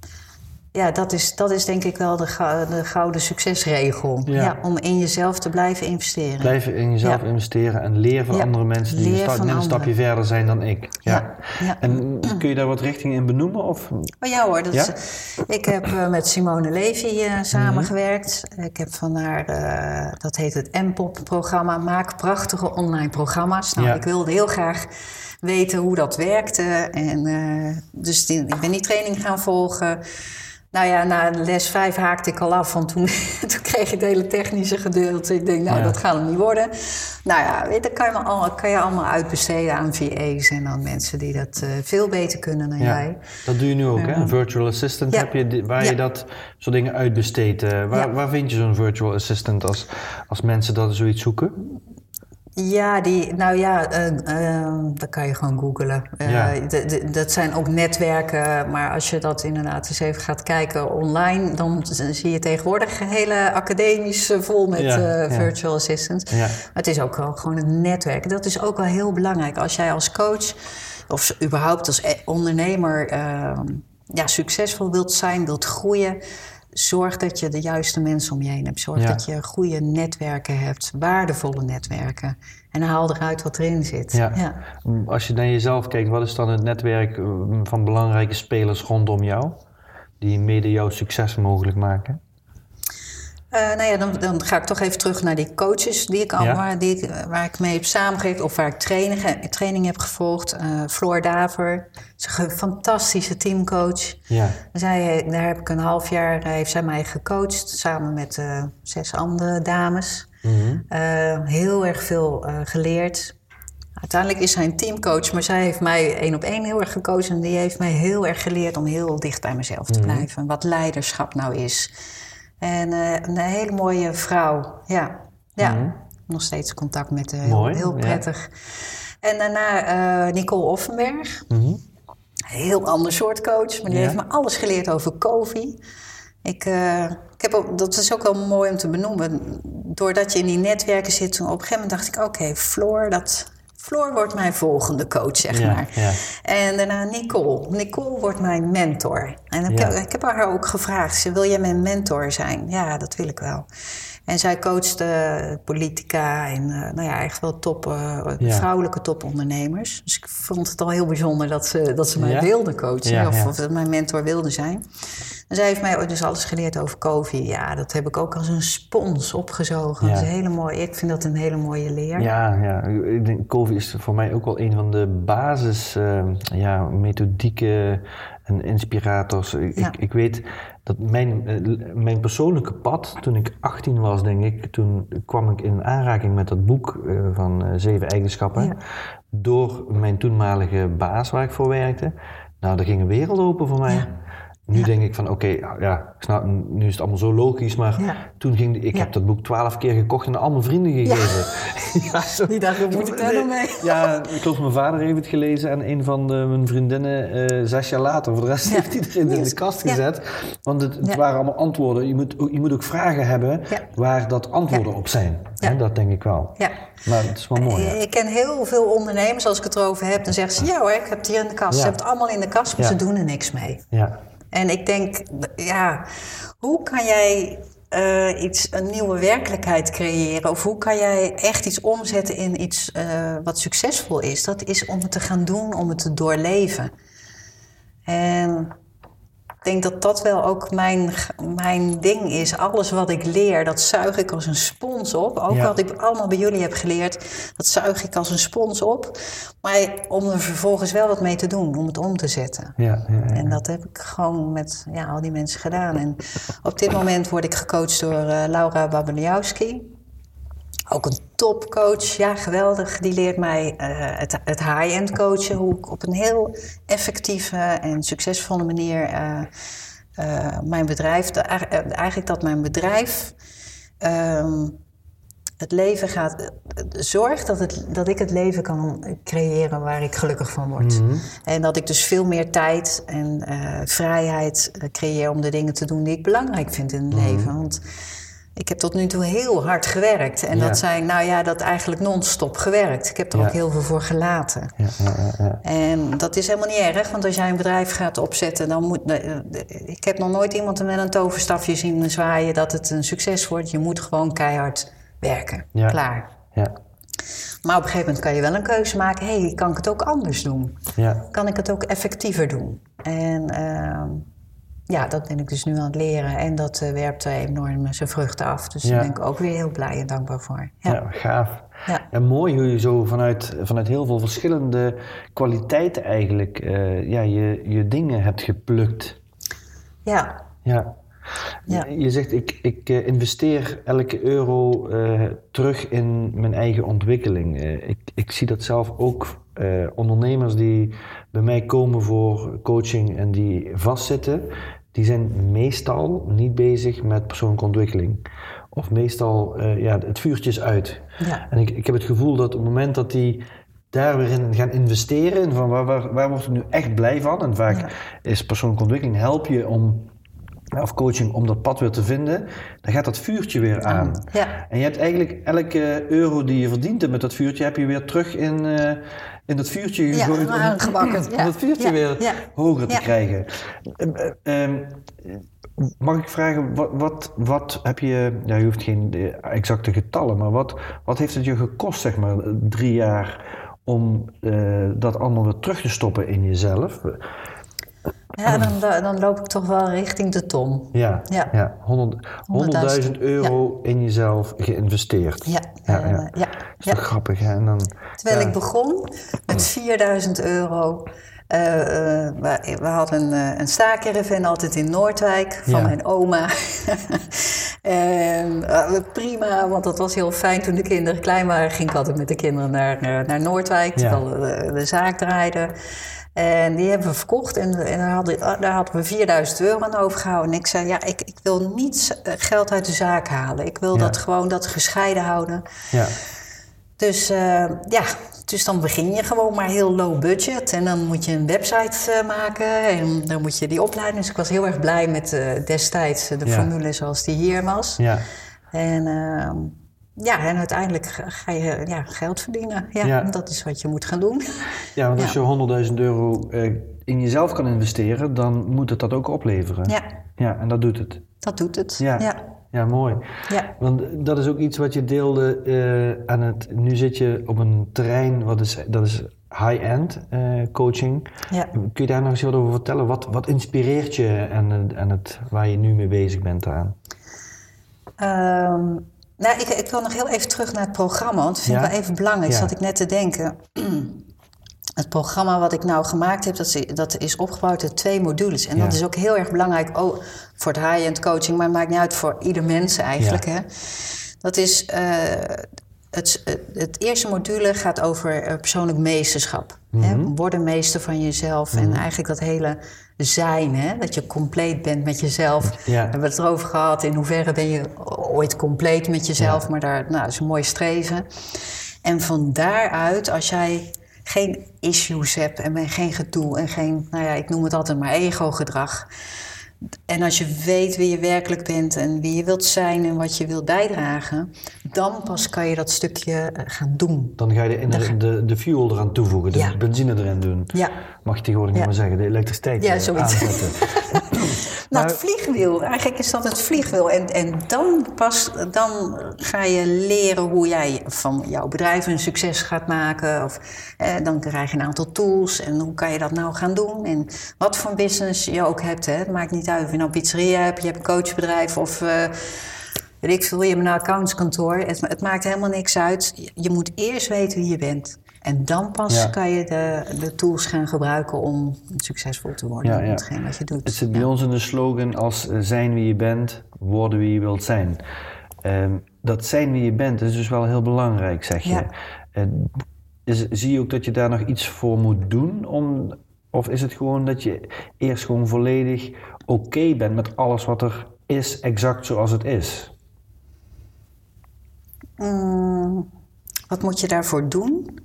ja, dat is, dat is denk ik wel de, gou- de gouden succesregel. Ja. Ja, om in jezelf te blijven investeren. Blijven in jezelf ja. investeren en leren van ja. andere mensen die een, sta- net een stapje verder zijn dan ik. Ja. Ja. Ja. En kun je daar wat richtingen in benoemen? Of? Oh ja hoor, dat ja? Is, ik heb uh, met Simone Levy uh, samengewerkt. Mm-hmm. Ik heb van haar, uh, dat heet het M P O P-programma, Maak prachtige online programma's. Nou, ja. ik wilde heel graag weten hoe dat werkte. En uh, dus die, ik ben die training gaan volgen. Nou ja, na les vijf haakte ik al af, want toen, toen kreeg ik het hele technische gedeelte. Ik denk, nou, ja. dat gaat hem niet worden. Nou ja, weet, dat kan je, al, kan je allemaal uitbesteden aan V A's en aan mensen die dat uh, veel beter kunnen dan ja. jij. Dat doe je nu ook, ja. hè? Een virtual assistant ja. heb je, waar ja. je dat soort dingen uitbesteedt. Uh, waar, ja. waar vind je zo'n virtual assistant als, als mensen dat zoiets zoeken? Ja, die, nou ja, uh, uh, dat kan je gewoon googlen. Uh, ja. d- d- dat zijn ook netwerken, maar als je dat inderdaad eens even gaat kijken online, dan zie je tegenwoordig hele academisch vol met ja, uh, virtual ja. assistants. Ja. Het is ook wel gewoon een netwerk. Dat is ook wel heel belangrijk. Als jij als coach of überhaupt als ondernemer uh, ja, succesvol wilt zijn, wilt groeien, zorg dat je de juiste mensen om je heen hebt. Zorg ja. dat je goede netwerken hebt, waardevolle netwerken. En haal eruit wat erin zit. Ja. Ja. Als je naar jezelf kijkt, wat is dan het netwerk van belangrijke spelers rondom jou? Die mede jouw succes mogelijk maken? Uh, nou ja, dan, dan ga ik toch even terug naar die coaches die ik allemaal, ja. die ik, waar ik mee heb samengewerkt of waar ik training, training heb gevolgd. Uh, Floor Daver, is een fantastische teamcoach. Ja. Zij, daar heb ik een half jaar, heeft zij mij gecoacht samen met uh, zes andere dames. Mm-hmm. Uh, heel erg veel uh, geleerd. Uiteindelijk is zij een teamcoach, maar zij heeft mij één op één heel erg gecoacht. En die heeft mij heel erg geleerd om heel dicht bij mezelf te mm-hmm. blijven. Wat leiderschap nou is. En uh, een hele mooie vrouw, ja. ja. Mm-hmm. Nog steeds contact met haar, heel, heel prettig. Ja. En daarna uh, Nicole Offenberg. Mm-hmm. Heel ander soort coach, maar die ja. heeft me alles geleerd over COVID. Ik, uh, ik heb ook, dat is ook wel mooi om te benoemen. Doordat je in die netwerken zit, toen op een gegeven moment dacht ik, oké, okay, Floor, dat... Floor wordt mijn volgende coach, zeg ja, maar. Ja. En daarna Nicole. Nicole wordt mijn mentor. En ik, ja. heb, ik heb haar ook gevraagd, wil jij mijn mentor zijn? Ja, dat wil ik wel. En zij coachte politica en uh, nou ja, echt wel top, uh, ja. vrouwelijke topondernemers. Dus ik vond het al heel bijzonder dat ze, dat ze mij ja. wilde coachen. Ja, of, ja. of dat mijn mentor wilde zijn. En zij heeft mij dus alles geleerd over COVID. Ja, dat heb ik ook als een spons opgezogen. Ja. Dat is een hele mooie, ik vind dat een hele mooie leer. Ja, ja. Ik denk, COVID is voor mij ook wel een van de basis uh, ja, methodieken en inspirators. Ja. Ik, ik weet dat mijn, uh, mijn persoonlijke pad, toen ik achttien was, denk ik, toen kwam ik in aanraking met dat boek uh, van uh, Zeven Eigenschappen. Ja. Door mijn toenmalige baas waar ik voor werkte. Nou, daar ging een wereld open voor mij. Ja. Nu ja. denk ik van, oké, okay, ja, snap, nu is het allemaal zo logisch, maar ja. toen ging ik ja. heb dat boek twaalf keer gekocht en aan al mijn vrienden gegeven. Ja. ja, zo, die dacht, wat moet ik daar nou mee? Ja, klopt, mijn vader heeft het gelezen en een van de, mijn vriendinnen uh, zes jaar later. Voor de rest ja. heeft iedereen in de kast gezet. Ja. Want het, het ja. waren allemaal antwoorden. Je moet, je moet ook vragen hebben ja. waar dat antwoorden ja. op zijn. Ja. He, dat denk ik wel. Ja. Maar het is wel mooi. Ja. Ik ken heel veel ondernemers, als ik het erover heb, dan zeggen ze, ja hoor, ik heb het hier in de kast. Ja. Ze hebben het allemaal in de kast, maar ja. ze doen er niks mee. Ja. En ik denk, ja, hoe kan jij uh, iets, een nieuwe werkelijkheid creëren? Of hoe kan jij echt iets omzetten in iets uh, wat succesvol is? Dat is om het te gaan doen, om het te doorleven. En ik denk dat dat wel ook mijn, mijn ding is. Alles wat ik leer, dat zuig ik als een spons op. Ook ja. wat ik allemaal bij jullie heb geleerd, dat zuig ik als een spons op. Maar om er vervolgens wel wat mee te doen, om het om te zetten. Ja, ja, ja. En dat heb ik gewoon met ja, al die mensen gedaan. En op dit moment word ik gecoacht door uh, Laura Babaniowski. Ook een topcoach, ja geweldig. Die leert mij uh, het, het high-end coachen. Hoe ik op een heel effectieve en succesvolle manier uh, uh, mijn bedrijf... De, eigenlijk dat mijn bedrijf um, het leven gaat... Zorgt dat, het, dat ik het leven kan creëren waar ik gelukkig van word. Mm-hmm. En dat ik dus veel meer tijd en uh, vrijheid creëer om de dingen te doen die ik belangrijk vind in het mm-hmm. leven. Want ik heb tot nu toe heel hard gewerkt. En ja. dat zijn, nou ja, dat eigenlijk non-stop gewerkt. Ik heb er ja. ook heel veel voor gelaten. Ja, ja, ja, ja. En dat is helemaal niet erg, want als jij een bedrijf gaat opzetten, dan moet... Ik heb nog nooit iemand met een toverstafje zien zwaaien dat het een succes wordt. Je moet gewoon keihard werken. Ja. Klaar. Ja. Maar op een gegeven moment kan je wel een keuze maken. Hé, hey, kan ik het ook anders doen? Ja. Kan ik het ook effectiever doen? En uh, ja, dat ben ik dus nu aan het leren. En dat uh, werpt enorm zijn vruchten af. Dus ja. daar ben ik ook weer heel blij en dankbaar voor. Ja, ja gaaf. Ja. En mooi hoe je zo vanuit, vanuit heel veel verschillende kwaliteiten eigenlijk uh, ja, je, je dingen hebt geplukt. Ja. Ja. Ja. Je zegt, ik, ik uh, investeer elke euro uh, terug in mijn eigen ontwikkeling. Uh, ik, ik zie dat zelf ook. Uh, ondernemers die bij mij komen voor coaching en die vastzitten, die zijn meestal niet bezig met persoonlijke ontwikkeling. Of meestal, uh, ja, het vuurtje is uit. Ja. En ik, ik heb het gevoel dat op het moment dat die daar weer in gaan investeren, van waar, waar, waar word ik nu echt blij van? En vaak ja. is persoonlijke ontwikkeling, help je om, of coaching, om dat pad weer te vinden, dan gaat dat vuurtje weer aan. Ja. En je hebt eigenlijk elke euro die je verdient met dat vuurtje, heb je weer terug in, uh, in dat vuurtje gegooid, ja, om, om, om dat vuurtje ja. weer ja. hoger te ja. krijgen. Uh, um, Mag ik vragen, wat, wat, wat heb je, ja, je hoeft geen exacte getallen, maar wat, wat heeft het je gekost, zeg maar, drie jaar om uh, dat allemaal weer terug te stoppen in jezelf? Ja, dan, dan loop ik toch wel richting de ton. Ja, ja. ja honderdduizend euro ja. in jezelf geïnvesteerd. Ja, ja, uh, ja. ja. Dat is toch ja. grappig, hè? En dan, Terwijl ja. ik begon met vierduizend euro. Uh, uh, we, we hadden een, een staakerven altijd in Noordwijk van ja. mijn oma. en, uh, prima, want dat was heel fijn toen de kinderen klein waren. Ging ik altijd met de kinderen naar, uh, naar Noordwijk, terwijl ja. de, de zaak draaide. En die hebben we verkocht en, en daar, hadden, daar hadden we vierduizend euro aan overgehouden. En ik zei, ja, ik, ik wil niet geld uit de zaak halen. Ik wil ja. dat gewoon dat gescheiden houden. Ja. Dus uh, ja, dus dan begin je gewoon maar heel low budget. En dan moet je een website uh, maken en dan moet je die opleiding. Dus ik was heel erg blij met uh, destijds de ja. formule zoals die hier was. Ja. En... Uh, Ja, en uiteindelijk ga je ja, geld verdienen. Ja, ja. Dat is wat je moet gaan doen. Ja, want als ja. je honderdduizend euro uh, in jezelf kan investeren, dan moet het dat ook opleveren. Ja. Ja, en dat doet het. Dat doet het, ja. ja. Ja, mooi. Ja. Want dat is ook iets wat je deelde uh, aan het... Nu zit je op een terrein, wat is, dat is high-end uh, coaching. Ja. Kun je daar nog eens wat over vertellen? Wat, wat inspireert je aan, aan het, waar je nu mee bezig bent aan? Um... Nou, ik, ik wil nog heel even terug naar het programma, want dat vind ik ja? wel even belangrijk, ja. zat ik net te denken. Het programma wat ik nou gemaakt heb, dat is, dat is opgebouwd uit twee modules. En ja. dat is ook heel erg belangrijk oh, voor het high-end coaching, maar het maakt niet uit voor ieder mens eigenlijk. Ja. Hè. Dat is, uh, het, het, het eerste module gaat over uh, persoonlijk meesterschap. Mm-hmm. Hè. Worden meester van jezelf mm-hmm. en eigenlijk dat hele... zijn, hè? Dat je compleet bent met jezelf. Ja. We hebben het erover gehad, in hoeverre ben je ooit compleet met jezelf, ja. maar daar, nou, dat is een mooi streven. En van daaruit, als jij geen issues hebt en geen gedoe en geen, nou ja, ik noem het altijd maar ego-gedrag. En als je weet wie je werkelijk bent en wie je wilt zijn en wat je wilt bijdragen, dan pas kan je dat stukje gaan doen. Dan ga je de, de, de, de fuel eraan toevoegen, de ja. benzine erin doen. Ja. Mag je tegenwoordig ja. niet meer zeggen, de elektriciteit ja, aanzetten. Nou, het vliegwiel, eigenlijk is dat het vliegwiel. En, en dan pas, dan ga je leren hoe jij van jouw bedrijf een succes gaat maken. Of eh, dan krijg je een aantal tools en hoe kan je dat nou gaan doen. En wat voor business je ook hebt, hè. Het maakt niet uit of je nou een pizzeria hebt, je hebt een coachbedrijf of... Uh, weet ik veel, je hebt een accountskantoor. Het, het maakt helemaal niks uit. Je moet eerst weten wie je bent. En dan pas ja. kan je de, de tools gaan gebruiken om succesvol te worden ja, in ja. hetgeen wat je doet. Het zit bij ja. ons in de slogan als zijn wie je bent, worden wie je wilt zijn. Um, dat zijn wie je bent is dus wel heel belangrijk, zeg je. Ja. Uh, is, zie je ook dat je daar nog iets voor moet doen? Om, of is het gewoon dat je eerst gewoon volledig oké okay bent met alles wat er is, exact zoals het is? Mm, wat moet je daarvoor doen?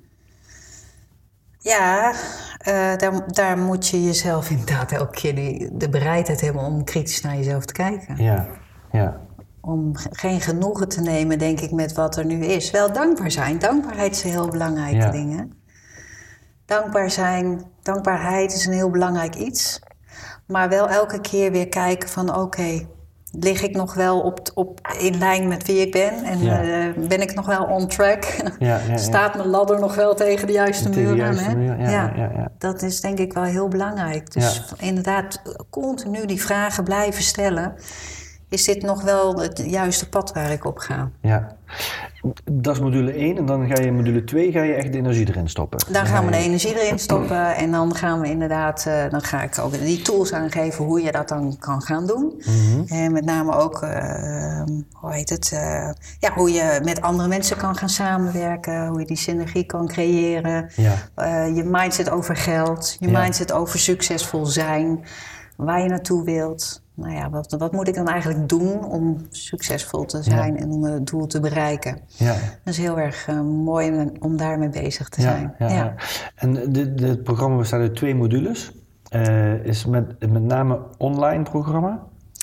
Ja, uh, daar, daar moet je jezelf inderdaad elke keer die, de bereidheid hebben om kritisch naar jezelf te kijken. Ja, ja. Om geen genoegen te nemen, denk ik, met wat er nu is. Wel dankbaar zijn. Dankbaarheid is een heel belangrijke ja. ding. Hè? Dankbaar zijn, dankbaarheid is een heel belangrijk iets. Maar wel elke keer weer kijken van oké, okay, lig ik nog wel op, op, in lijn met wie ik ben? En ja. uh, ben ik nog wel on track? Ja, ja, ja. Staat mijn ladder nog wel tegen de juiste muur aan? De juiste muur, ja, ja. Ja, ja. Dat is denk ik wel heel belangrijk. Dus ja. inderdaad, continu die vragen blijven stellen. is dit nog wel het juiste pad waar ik op ga? Ja, dat is module één en dan ga je in module twee ga je echt de energie erin stoppen. Dan, dan gaan we de energie erin stoppen en dan gaan we inderdaad, uh, dan ga ik ook die tools aangeven hoe je dat dan kan gaan doen. Mm-hmm. En met name ook, uh, hoe heet het, uh, ja, hoe je met andere mensen kan gaan samenwerken, hoe je die synergie kan creëren. Ja. Uh, je mindset over geld, je ja. mindset over succesvol zijn, waar je naartoe wilt. Nou ja, wat, wat moet ik dan eigenlijk doen om succesvol te zijn ja. en om het doel te bereiken? Ja. Dat is heel erg uh, mooi om daarmee bezig te zijn. Ja, ja. Ja. En dit, dit programma bestaat uit twee modules. Uh, is met, met name online programma?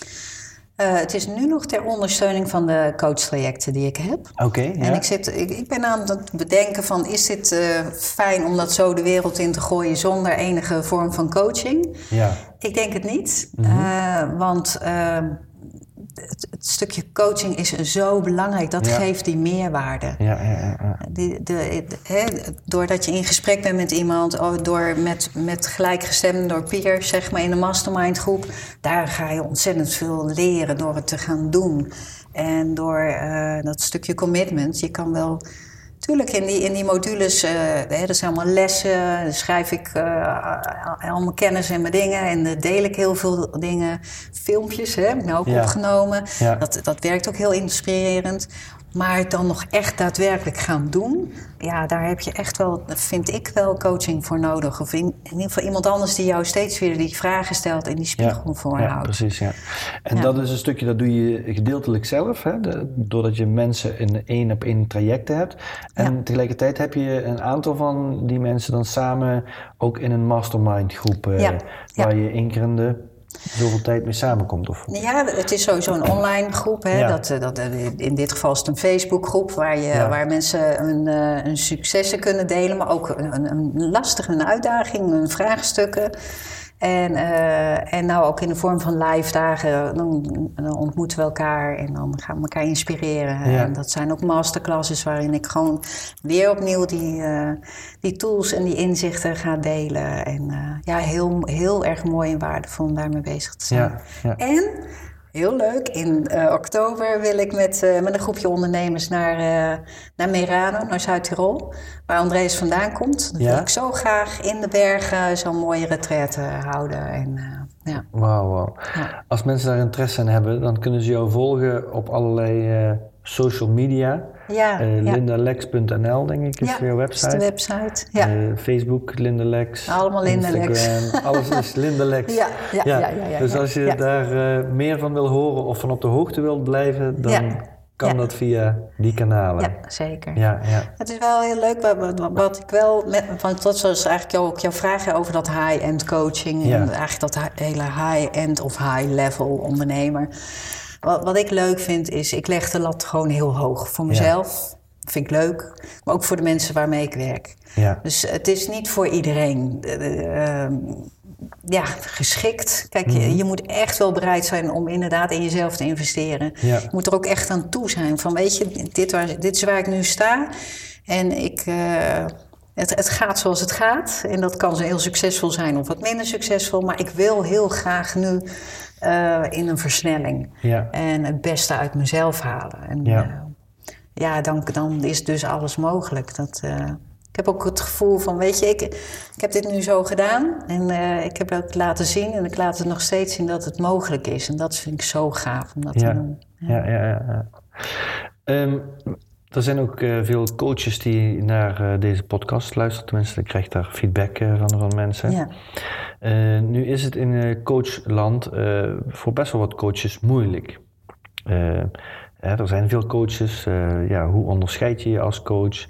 Uh, het is nu nog ter ondersteuning van de coachtrajecten die ik heb. Oké. Okay, ja. En ik, zit, ik, ik ben aan het bedenken van, is dit uh, fijn om dat zo de wereld in te gooien zonder enige vorm van coaching? Ja. Ik denk het niet. Mm-hmm. Uh, want uh, het, het stukje coaching is zo belangrijk. Dat ja. geeft die meerwaarde. Ja, ja, ja, ja. Die, de, de, he, doordat je in gesprek bent met iemand, door met, met gelijkgestemden, door peers, zeg maar, in een mastermind groep, daar ga je ontzettend veel leren door het te gaan doen. En door uh, dat stukje commitment, je kan wel. Tuurlijk, in die, in die modules, uh, hè, dat zijn allemaal lessen, dan schrijf ik uh, al mijn kennis en mijn dingen en dan deel ik heel veel dingen. Filmpjes hè, heb ik nou ook ja. opgenomen, ja. dat, dat werkt ook heel inspirerend. Maar dan nog echt daadwerkelijk gaan doen, ja, daar heb je echt wel, vind ik wel, coaching voor nodig. Of in, in ieder geval iemand anders die jou steeds weer die vragen stelt en die spiegel ja, voorhoudt. Ja, precies, ja. En ja. dat is een stukje, dat doe je gedeeltelijk zelf, hè, de, doordat je mensen in één op één trajecten hebt. En ja. tegelijkertijd heb je een aantal van die mensen dan samen ook in een mastermind groep, eh, ja. waar ja. je één keer in de zoveel tijd mee samenkomt? Of? Ja, het is sowieso een online groep. Hè? Ja. Dat, dat, in dit geval is het een Facebookgroep waar, je, ja. waar mensen hun, hun successen kunnen delen, maar ook een, een lastige een uitdaging, hun vraagstukken. En, uh, en nou ook in de vorm van live dagen, dan, dan ontmoeten we elkaar en dan gaan we elkaar inspireren. Ja. En dat zijn ook masterclasses waarin ik gewoon weer opnieuw die, uh, die tools en die inzichten ga delen. En uh, ja, heel, heel erg mooi en waardevol om daarmee bezig te zijn. Ja, ja. En heel leuk, in uh, oktober wil ik met, uh, met een groepje ondernemers naar, uh, naar Merano, naar Zuid-Tirol, waar Andreas vandaan komt. Dat ja? wil ik zo graag in de bergen zo'n mooie retraite houden. En, uh, ja. Wauw, wow. ja. Als mensen daar interesse in hebben, dan kunnen ze jou volgen op allerlei uh, social media. Ja, uh, ja. Lindalex punt n l, denk ik, is ja, jouw website. Ja, dat is de website. Ja. Uh, Facebook, Lindalex. Allemaal Lindalex. Instagram, alles is Lindalex. Ja, ja, ja. ja, ja, ja dus als je ja. daar uh, meer van wil horen of van op de hoogte wilt blijven, dan ja. kan ja. dat via die kanalen. Ja, zeker. Ja, ja. Het is wel heel leuk, wat, wat ik wel, met, want dat was eigenlijk jou, ook jouw vraag over dat high-end coaching. Ja. En eigenlijk dat hele high-end of high-level ondernemer. Wat, wat ik leuk vind is, ik leg de lat gewoon heel hoog. Voor mezelf, ja. vind ik leuk. Maar ook voor de mensen waarmee ik werk. Ja. Dus het is niet voor iedereen uh, uh, ja, geschikt. Kijk, mm-hmm. je, je moet echt wel bereid zijn om inderdaad in jezelf te investeren. Ja. Je moet er ook echt aan toe zijn. Van weet je, dit, waar, dit is waar ik nu sta. En ik... Uh, Het, het gaat zoals het gaat. En dat kan heel succesvol zijn of wat minder succesvol. Maar ik wil heel graag nu uh, in een versnelling. Ja. En het beste uit mezelf halen. En ja, uh, ja dan, dan is dus alles mogelijk. Dat, uh, ik heb ook het gevoel van, weet je, ik, ik heb dit nu zo gedaan. En uh, ik heb het laten zien. En ik laat het nog steeds zien dat het mogelijk is. En dat vind ik zo gaaf om dat ja. te doen. Ja, ja, ja. ja. Um, Er zijn ook uh, veel coaches die naar uh, deze podcast luisteren. Tenminste, ik krijg daar feedback uh, van, van mensen. Ja. Uh, nu is het in uh, coachland uh, voor best wel wat coaches moeilijk. Uh, hè, er zijn veel coaches. Uh, ja, hoe onderscheid je je als coach?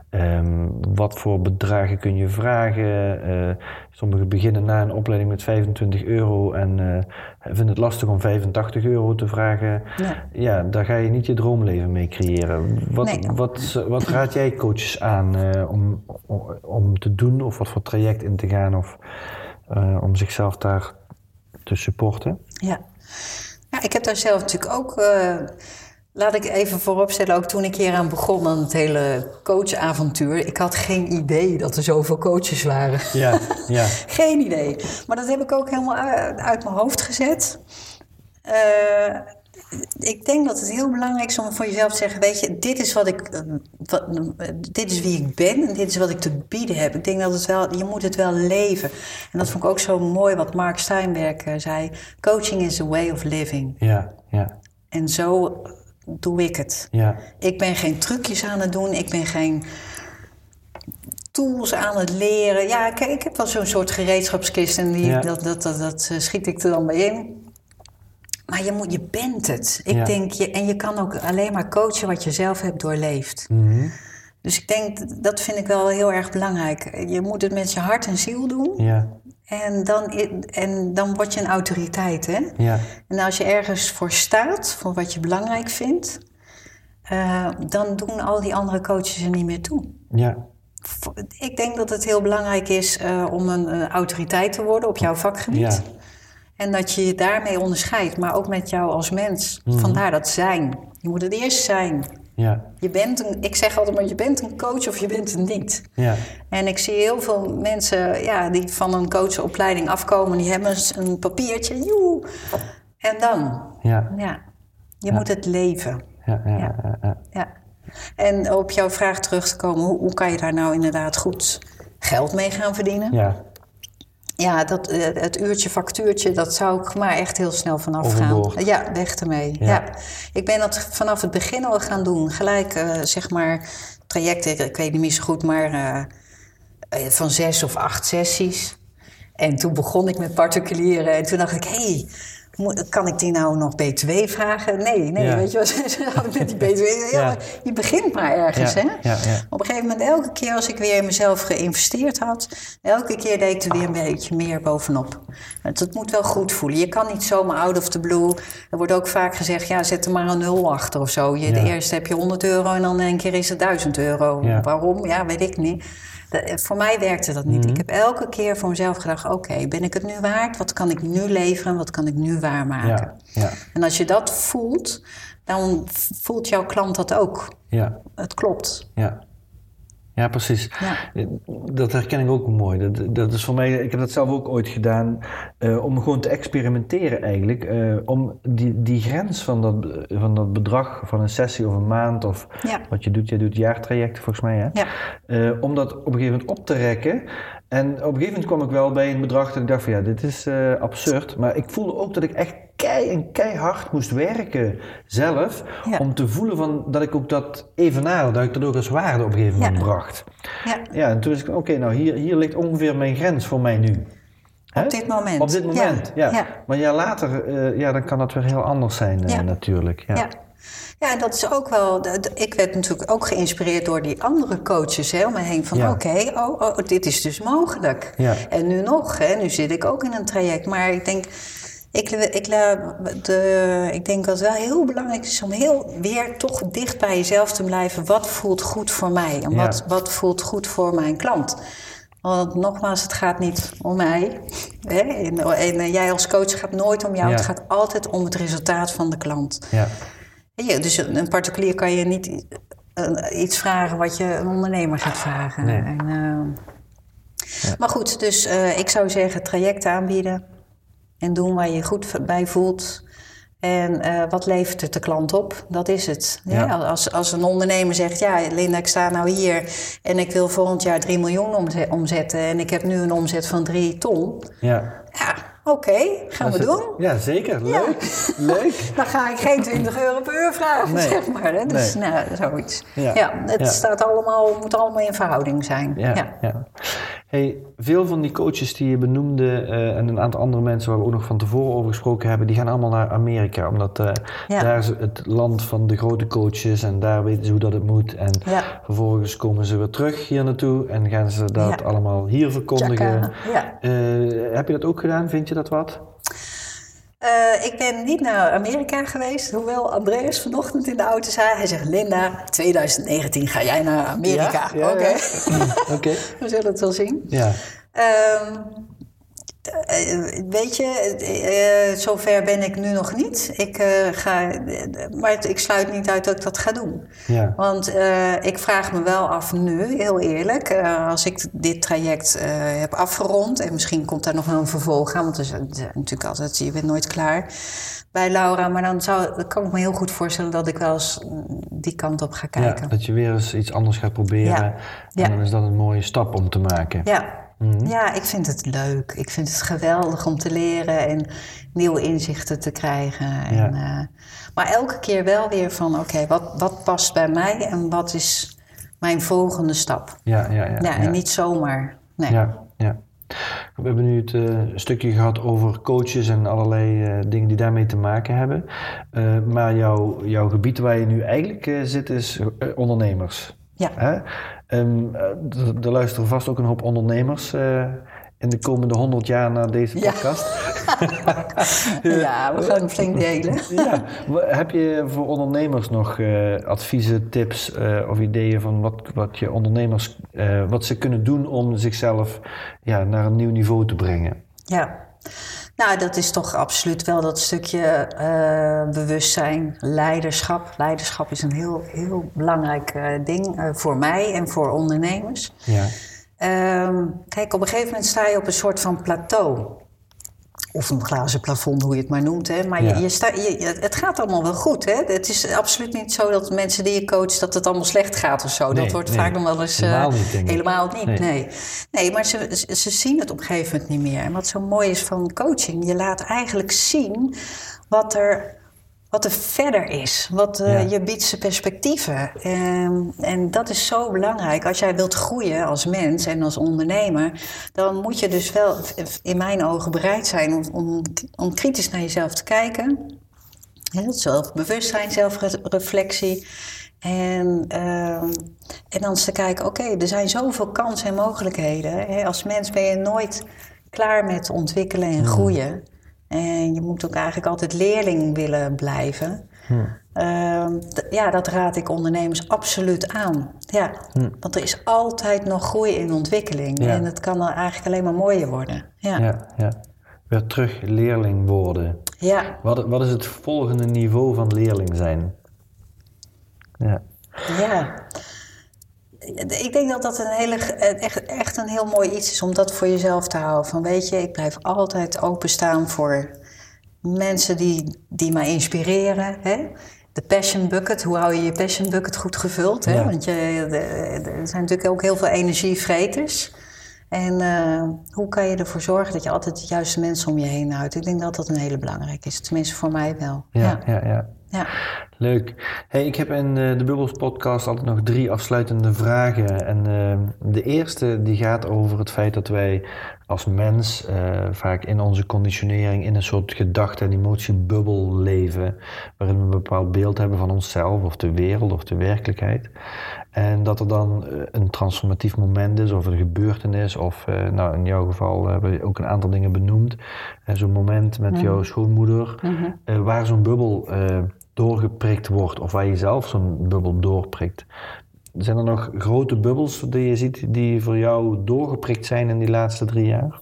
Um, wat voor bedragen kun je vragen? Uh, sommigen beginnen na een opleiding met vijfentwintig euro en uh, vinden het lastig om vijfentachtig euro te vragen. Ja. ja, daar ga je niet je droomleven mee creëren. Wat, nee. wat, wat raad jij coaches aan uh, om, om, om te doen of wat voor traject in te gaan of uh, om zichzelf daar te supporten? Ja, ja ik heb daar zelf natuurlijk ook... Uh... Laat ik even vooropstellen, ook toen ik hier aan begon aan het hele coachavontuur. Ik had geen idee dat er zoveel coaches waren. Ja, ja. Geen idee. Maar dat heb ik ook helemaal uit, uit mijn hoofd gezet. Uh, Ik denk dat het heel belangrijk is om voor jezelf te zeggen... weet je, dit is, wat ik, wat, dit is wie ik ben en dit is wat ik te bieden heb. Ik denk dat het wel, je moet het wel leven. En dat vond ik ook zo mooi wat Mark Steinberg uh, zei. Coaching is a way of living. Ja, ja. En zo doe ik het. Ja. Ik ben geen trucjes aan het doen. Ik ben geen tools aan het leren. Ja, kijk, ik heb wel zo'n soort gereedschapskist en die, ja. dat, dat, dat, dat schiet ik er dan bij in. Maar je, moet, je bent het. Ik ja. denk, je, en je kan ook alleen maar coachen wat je zelf hebt doorleefd. Mm-hmm. Dus ik denk, dat vind ik wel heel erg belangrijk. Je moet het met je hart en ziel doen. Ja. En dan, en dan word je een autoriteit, hè? Ja. En als je ergens voor staat, voor wat je belangrijk vindt... Uh, dan doen al die andere coaches er niet meer toe. Ja. Ik denk dat het heel belangrijk is uh, om een uh, autoriteit te worden op jouw vakgebied. Ja. En dat je je daarmee onderscheidt, maar ook met jou als mens. Mm-hmm. Vandaar dat zijn. Je moet het eerst zijn. Ja. Je bent een, ik zeg altijd maar, je bent een coach of je bent het niet. Ja. En ik zie heel veel mensen ja, die van een coachopleiding afkomen... die hebben een papiertje, joe. En dan? Ja. Ja. Je ja. moet het leven. Ja, ja, ja. Ja, ja. ja. En op jouw vraag terug te komen... Hoe, hoe kan je daar nou inderdaad goed geld mee gaan verdienen? Ja. Ja, dat, het uurtje factuurtje, dat zou ik maar echt heel snel vanaf gaan. Ja, weg ermee. Ja. Ja. Ik ben dat vanaf het begin al gaan doen. Gelijk, uh, zeg maar, trajecten, ik weet niet meer zo goed, maar uh, van zes of acht sessies. En toen begon ik met particulieren en toen dacht ik, hé, hey, kan ik die nou nog B twee vragen? Nee, nee, ja. weet je wat ze hadden met die B twee? Ja, ja. Je begint maar ergens, ja. hè? Ja, ja. Op een gegeven moment, elke keer als ik weer in mezelf geïnvesteerd had... elke keer deed ik er weer een beetje meer bovenop. Het moet wel goed voelen. Je kan niet zomaar out of the blue. Er wordt ook vaak gezegd, ja, zet er maar een nul achter of zo. Je, ja. De eerste heb je honderd euro en dan een keer is het duizend euro. Ja. Waarom? Ja, weet ik niet. De, voor mij werkte dat niet. Mm-hmm. Ik heb elke keer voor mezelf gedacht... oké, okay, ben ik het nu waard? Wat kan ik nu leveren? Wat kan ik nu waarmaken? Ja, ja. En als je dat voelt, dan voelt jouw klant dat ook. Ja. Het klopt. Ja, ja precies. Ja. Dat herken ik ook mooi. Dat, dat is voor mij, ik heb dat zelf ook ooit gedaan... Uh, om gewoon te experimenteren eigenlijk. Uh, om die, die grens van dat, van dat bedrag van een sessie of een maand... of ja. wat je doet, je doet jaartrajecten volgens mij. Hè? Ja. Uh, om dat op een gegeven moment op te rekken... En op een gegeven moment kwam ik wel bij een bedrag dat ik dacht van ja, dit is uh, absurd. Maar ik voelde ook dat ik echt kei en keihard moest werken zelf. Ja. Om te voelen van dat ik ook dat evenaarde, dat ik dat ook als waarde op een gegeven moment ja. bracht. Ja. Ja, en toen was ik oké, okay, nou hier, hier ligt ongeveer mijn grens voor mij nu. Op He? dit moment. Op dit moment, ja. ja. ja. Maar ja, later, uh, ja, dan kan dat weer heel anders zijn uh, ja. natuurlijk. Ja. ja. Ja, en dat is ook wel... Ik werd natuurlijk ook geïnspireerd door die andere coaches hè, om me heen. Van ja. oké, okay, oh, oh, dit is dus mogelijk. Ja. En nu nog, hè, nu zit ik ook in een traject. Maar ik denk, ik, ik, de, ik denk dat het wel heel belangrijk is om heel weer toch dicht bij jezelf te blijven. Wat voelt goed voor mij? En wat, ja. wat voelt goed voor mijn klant? Want nogmaals, het gaat niet om mij. Hè? En, en jij als coach gaat nooit om jou. Ja. Het gaat altijd om het resultaat van de klant. Ja. Ja, dus een particulier kan je niet uh, iets vragen wat je een ondernemer gaat vragen. Nee. En, uh, ja. Maar goed, dus uh, ik zou zeggen trajecten aanbieden. En doen waar je je goed bij voelt. En uh, wat levert het de klant op? Dat is het. Ja. Ja, als, als een ondernemer zegt, ja Linda, ik sta nou hier... en ik wil volgend jaar drie miljoen omzetten... en ik heb nu een omzet van drie ton. Ja. Ja, oké, okay, gaan we doen. Ja, zeker. Leuk. Ja. Leuk. Dan ga ik geen twintig euro per uur vragen, nee. zeg maar. Hè? Dus nee. nou, zoiets. Ja, ja het ja. Staat allemaal, moet allemaal in verhouding zijn. Ja, ja. ja. Hey, veel van die coaches die je benoemde uh, en een aantal andere mensen waar we ook nog van tevoren over gesproken hebben, die gaan allemaal naar Amerika. Omdat uh, ja. daar is het land van de grote coaches en daar weten ze hoe dat het moet. En ja. vervolgens komen ze weer terug hier naartoe en gaan ze dat ja. allemaal hier verkondigen. Ja. Uh, heb je dat ook gedaan? Vind je dat wat? Uh, ik ben niet naar Amerika geweest, hoewel Andreas vanochtend in de auto zei. Hij zegt, Linda, twintig negentien ga jij naar Amerika. Ja, ja, Oké. Okay. Ja. Okay. We zullen het wel zien. Ja. Um, Uh, weet je, uh, zover ben ik nu nog niet. Ik, uh, ga, uh, maar het, ik sluit niet uit dat ik dat ga doen. Ja. Want uh, ik vraag me wel af nu, heel eerlijk... Uh, als ik dit traject uh, heb afgerond... en misschien komt daar nog wel een vervolg aan... want er is, er is natuurlijk altijd, je bent nooit klaar bij Laura... maar dan, zou, dan kan ik me heel goed voorstellen... dat ik wel eens die kant op ga kijken. Ja, dat je weer eens iets anders gaat proberen... Ja. en ja. dan is dat een mooie stap om te maken. Ja. Mm-hmm. Ja, ik vind het leuk. Ik vind het geweldig om te leren en nieuwe inzichten te krijgen. Ja. En, uh, maar elke keer wel weer van, oké, okay, wat, wat past bij mij en wat is mijn volgende stap? Ja, ja, ja. ja en ja. niet zomaar. Nee. Ja, ja. We hebben nu het uh, stukje gehad over coaches en allerlei uh, dingen die daarmee te maken hebben. Uh, maar jouw, jouw gebied waar je nu eigenlijk uh, zit is uh, ondernemers. Ja. Hè? Um, er luisteren vast ook een hoop ondernemers uh, in de komende honderd jaar naar deze podcast. Ja, ja we gaan hem flink delen. Ja. Heb je voor ondernemers nog uh, adviezen, tips uh, of ideeën van wat, wat je ondernemers, uh, wat ze kunnen doen om zichzelf ja, naar een nieuw niveau te brengen? Ja. Nou, dat is toch absoluut wel dat stukje uh, bewustzijn, leiderschap. Leiderschap is een heel, heel belangrijk uh, ding uh, voor mij en voor ondernemers. Ja. Um, kijk, op een gegeven moment sta je op een soort van plateau. Of een glazen plafond, hoe je het maar noemt. Hè. Maar ja. je, je sta, je, het gaat allemaal wel goed. Hè. Het is absoluut niet zo dat mensen die je coacht... dat het allemaal slecht gaat of zo. Nee, dat wordt nee. vaak nog wel eens... Helemaal niet, denk ik. Helemaal niet, nee. nee. Nee, maar ze, ze zien het op een gegeven moment niet meer. En wat zo mooi is van coaching... je laat eigenlijk zien wat er... wat er verder is. Wat, uh, ja. Je biedt ze perspectieven. Um, en dat is zo belangrijk. Als jij wilt groeien als mens en als ondernemer... dan moet je dus wel in mijn ogen bereid zijn... om, om, om kritisch naar jezelf te kijken. Ja, zelfbewustzijn, zelfreflectie. En, uh, en dan eens te kijken... oké, okay, er zijn zoveel kansen en mogelijkheden. Hè? Als mens ben je nooit klaar met ontwikkelen en groeien... En je moet ook eigenlijk altijd leerling willen blijven. Hmm. Uh, d- ja, dat raad ik ondernemers absoluut aan. Ja, hmm. Want er is altijd nog groei in ontwikkeling. Ja. En het kan dan eigenlijk alleen maar mooier worden. Ja, ja, ja. Weer terug leerling worden. Ja. Wat, wat is het volgende niveau van leerling zijn? Ja. Ja. Ik denk dat dat een hele, echt, echt een heel mooi iets is om dat voor jezelf te houden. Van weet je, ik blijf altijd openstaan voor mensen die, die mij inspireren. Hè? De passion bucket, hoe hou je je passion bucket goed gevuld? Hè? Ja. Want je, er zijn natuurlijk ook heel veel energievreters. En uh, hoe kan je ervoor zorgen dat je altijd de juiste mensen om je heen houdt? Ik denk dat dat een hele belangrijke is. Tenminste voor mij wel. Ja, ja, ja. ja. Ja. Leuk. Hey, ik heb in uh, de Bubbles podcast altijd nog drie afsluitende vragen. En uh, de eerste die gaat over het feit dat wij als mens uh, vaak in onze conditionering in een soort gedachte- en emotiebubbel leven. Waarin we een bepaald beeld hebben van onszelf of de wereld of de werkelijkheid. En dat er dan uh, een transformatief moment is of een gebeurtenis. Of uh, nou, in jouw geval uh, hebben we ook een aantal dingen benoemd. Uh, zo'n moment met mm. jouw schoonmoeder. Mm-hmm. Uh, waar zo'n bubbel uh, doorgeprikt wordt. Of waar je zelf zo'n bubbel doorprikt. Zijn er nog grote bubbels die je ziet die voor jou doorgeprikt zijn in die laatste drie jaar?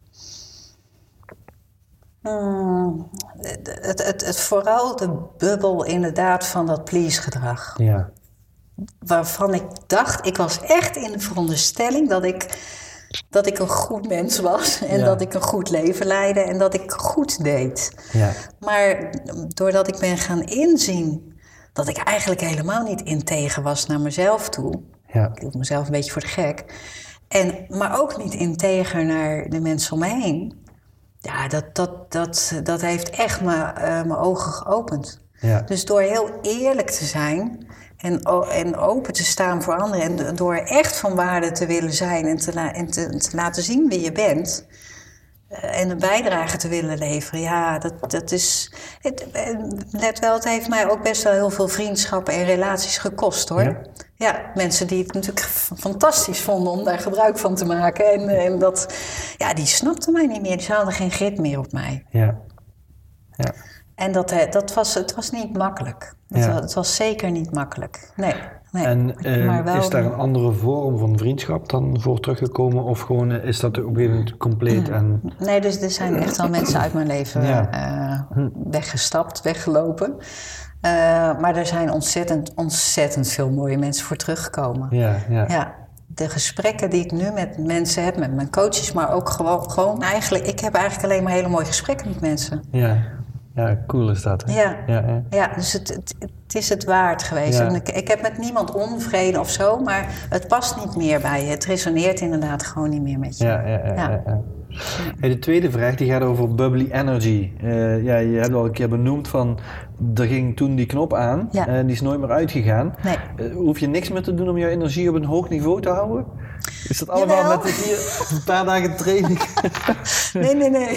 Hmm, het, het, het, het, vooral de bubbel inderdaad van dat please-gedrag. Ja. Waarvan ik dacht, ik was echt in de veronderstelling dat ik, dat ik een goed mens was. En ja. dat ik een goed leven leidde en dat ik goed deed. Ja. Maar doordat ik ben gaan inzien dat ik eigenlijk helemaal niet integer was naar mezelf toe. Ja. Ik hield mezelf een beetje voor de gek. En, maar ook niet integer naar de mensen om me heen. Ja, dat, dat, dat, dat heeft echt me, uh, mijn ogen geopend. Ja. Dus door heel eerlijk te zijn en, en open te staan voor anderen... en door echt van waarde te willen zijn en te, la, en te, te laten zien wie je bent... en een bijdrage te willen leveren, ja, dat, dat is... Het, let wel, het heeft mij ook best wel heel veel vriendschappen en relaties gekost, hoor. Ja, ja mensen die het natuurlijk fantastisch vonden om daar gebruik van te maken. En, en dat, ja, die snapten mij niet meer. Die hadden geen grip meer op mij. Ja. Ja. En dat, dat was, het was niet makkelijk. Het, ja. was, het was zeker niet makkelijk. Nee. nee. En uh, maar wel... is daar een andere vorm van vriendschap dan voor teruggekomen? Of gewoon uh, is dat op een gegeven moment compleet? Mm. En... Nee, dus er zijn echt wel mensen uit mijn leven ja. uh, weggestapt, weggelopen. Uh, maar er zijn ontzettend, ontzettend veel mooie mensen voor teruggekomen. Ja, ja. ja. De gesprekken die ik nu met mensen heb, met mijn coaches, maar ook gewoon, gewoon eigenlijk... Ik heb eigenlijk alleen maar hele mooie gesprekken met mensen. Ja, ja cool is dat. Hè? Ja. Ja, ja. ja, dus het, het, het is het waard geweest. Ja. En ik, ik heb met niemand onvrede of zo, maar het past niet meer bij je. Het resoneert inderdaad gewoon niet meer met je. Ja, ja, ja. ja. ja, ja. Hey, de tweede vraag die gaat over bubbly energy. Uh, ja, je hebt al een keer benoemd van, er ging toen die knop aan ja. en uh, die is nooit meer uitgegaan. Nee. Uh, hoef je niks meer te doen om jouw energie op een hoog niveau te houden? Is dat allemaal Jawel. met de vier, een paar dagen training? nee, nee, nee.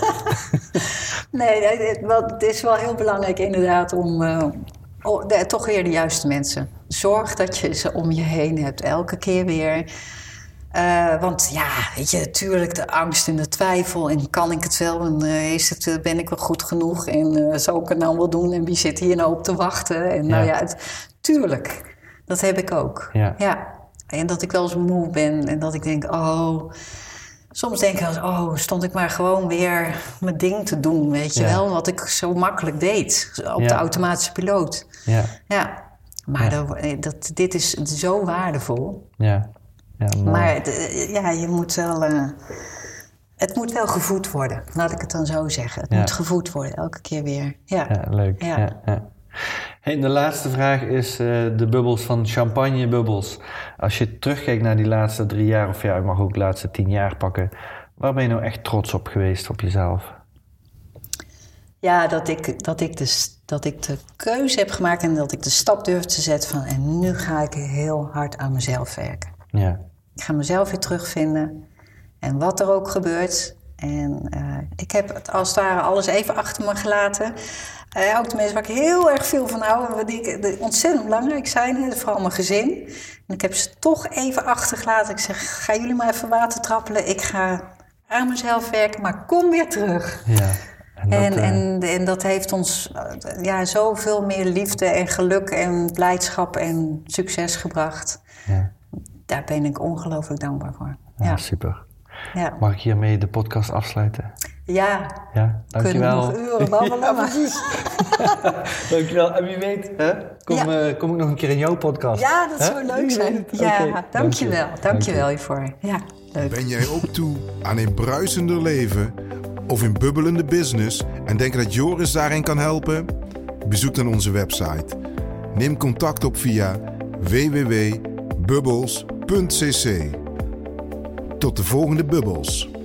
nee, het, het is wel heel belangrijk inderdaad om uh, oh, de, toch weer de juiste mensen. Zorg dat je ze om je heen hebt, elke keer weer. Uh, want ja, weet je, natuurlijk de angst en de twijfel. En kan ik het wel? En uh, is het, uh, ben ik wel goed genoeg? En uh, zou ik het nou wel doen? En wie zit hier nou op te wachten? En nou ja, ja het, tuurlijk. Dat heb ik ook. Ja. ja. En dat ik wel eens moe ben. En dat ik denk, oh... Soms denk ik wel eens, oh, stond ik maar gewoon weer mijn ding te doen. Weet je ja. wel? Wat ik zo makkelijk deed. Op ja. de automatische piloot. Ja. ja. Maar ja. Dat, dat, dit is zo waardevol. Ja. Ja, maar de, ja, je moet wel... Uh, het moet wel gevoed worden. Laat ik het dan zo zeggen. Het ja. moet gevoed worden, elke keer weer. Ja, ja leuk. Ja. Ja, ja. Hey, de laatste vraag is uh, de bubbels van champagnebubbels. Als je terugkijkt naar die laatste drie jaar... of ja, ik mag ook de laatste tien jaar pakken... waar ben je nou echt trots op geweest op jezelf? Ja, dat ik, dat ik, de, dat ik de keuze heb gemaakt... en dat ik de stap durf te zetten van... en nu ga ik heel hard aan mezelf werken. Ja. Ik ga mezelf weer terugvinden. En wat er ook gebeurt. En uh, ik heb het als het ware alles even achter me gelaten. Uh, ook de mensen waar ik heel erg veel van hou. En die ontzettend belangrijk zijn. Vooral mijn gezin. En ik heb ze toch even achtergelaten. Ik zeg, ga jullie maar even water trappelen. Ik ga aan mezelf werken, maar kom weer terug. Ja. En dat, en, uh... en, en dat heeft ons uh, ja, zoveel meer liefde en geluk en blijdschap en succes gebracht. Ja. Daar ben ik ongelooflijk dankbaar voor. Ja, ja. super. Ja. Mag ik hiermee de podcast afsluiten? Ja. Ja, dankjewel. Kunnen nog uren babbelen. Ja, precies. Dankjewel. En wie weet, hè? Kom, ja. uh, kom ik nog een keer in jouw podcast. Ja, dat hè? zou leuk zijn. Ja, okay. dankjewel. Dankjewel hiervoor. Ja, leuk. Ben jij ook toe aan een bruisender leven of een bubbelende business en denk dat Joris daarin kan helpen? Bezoek dan onze website. Neem contact op via w w w punt bubbels punt c c. Tot de volgende bubbels.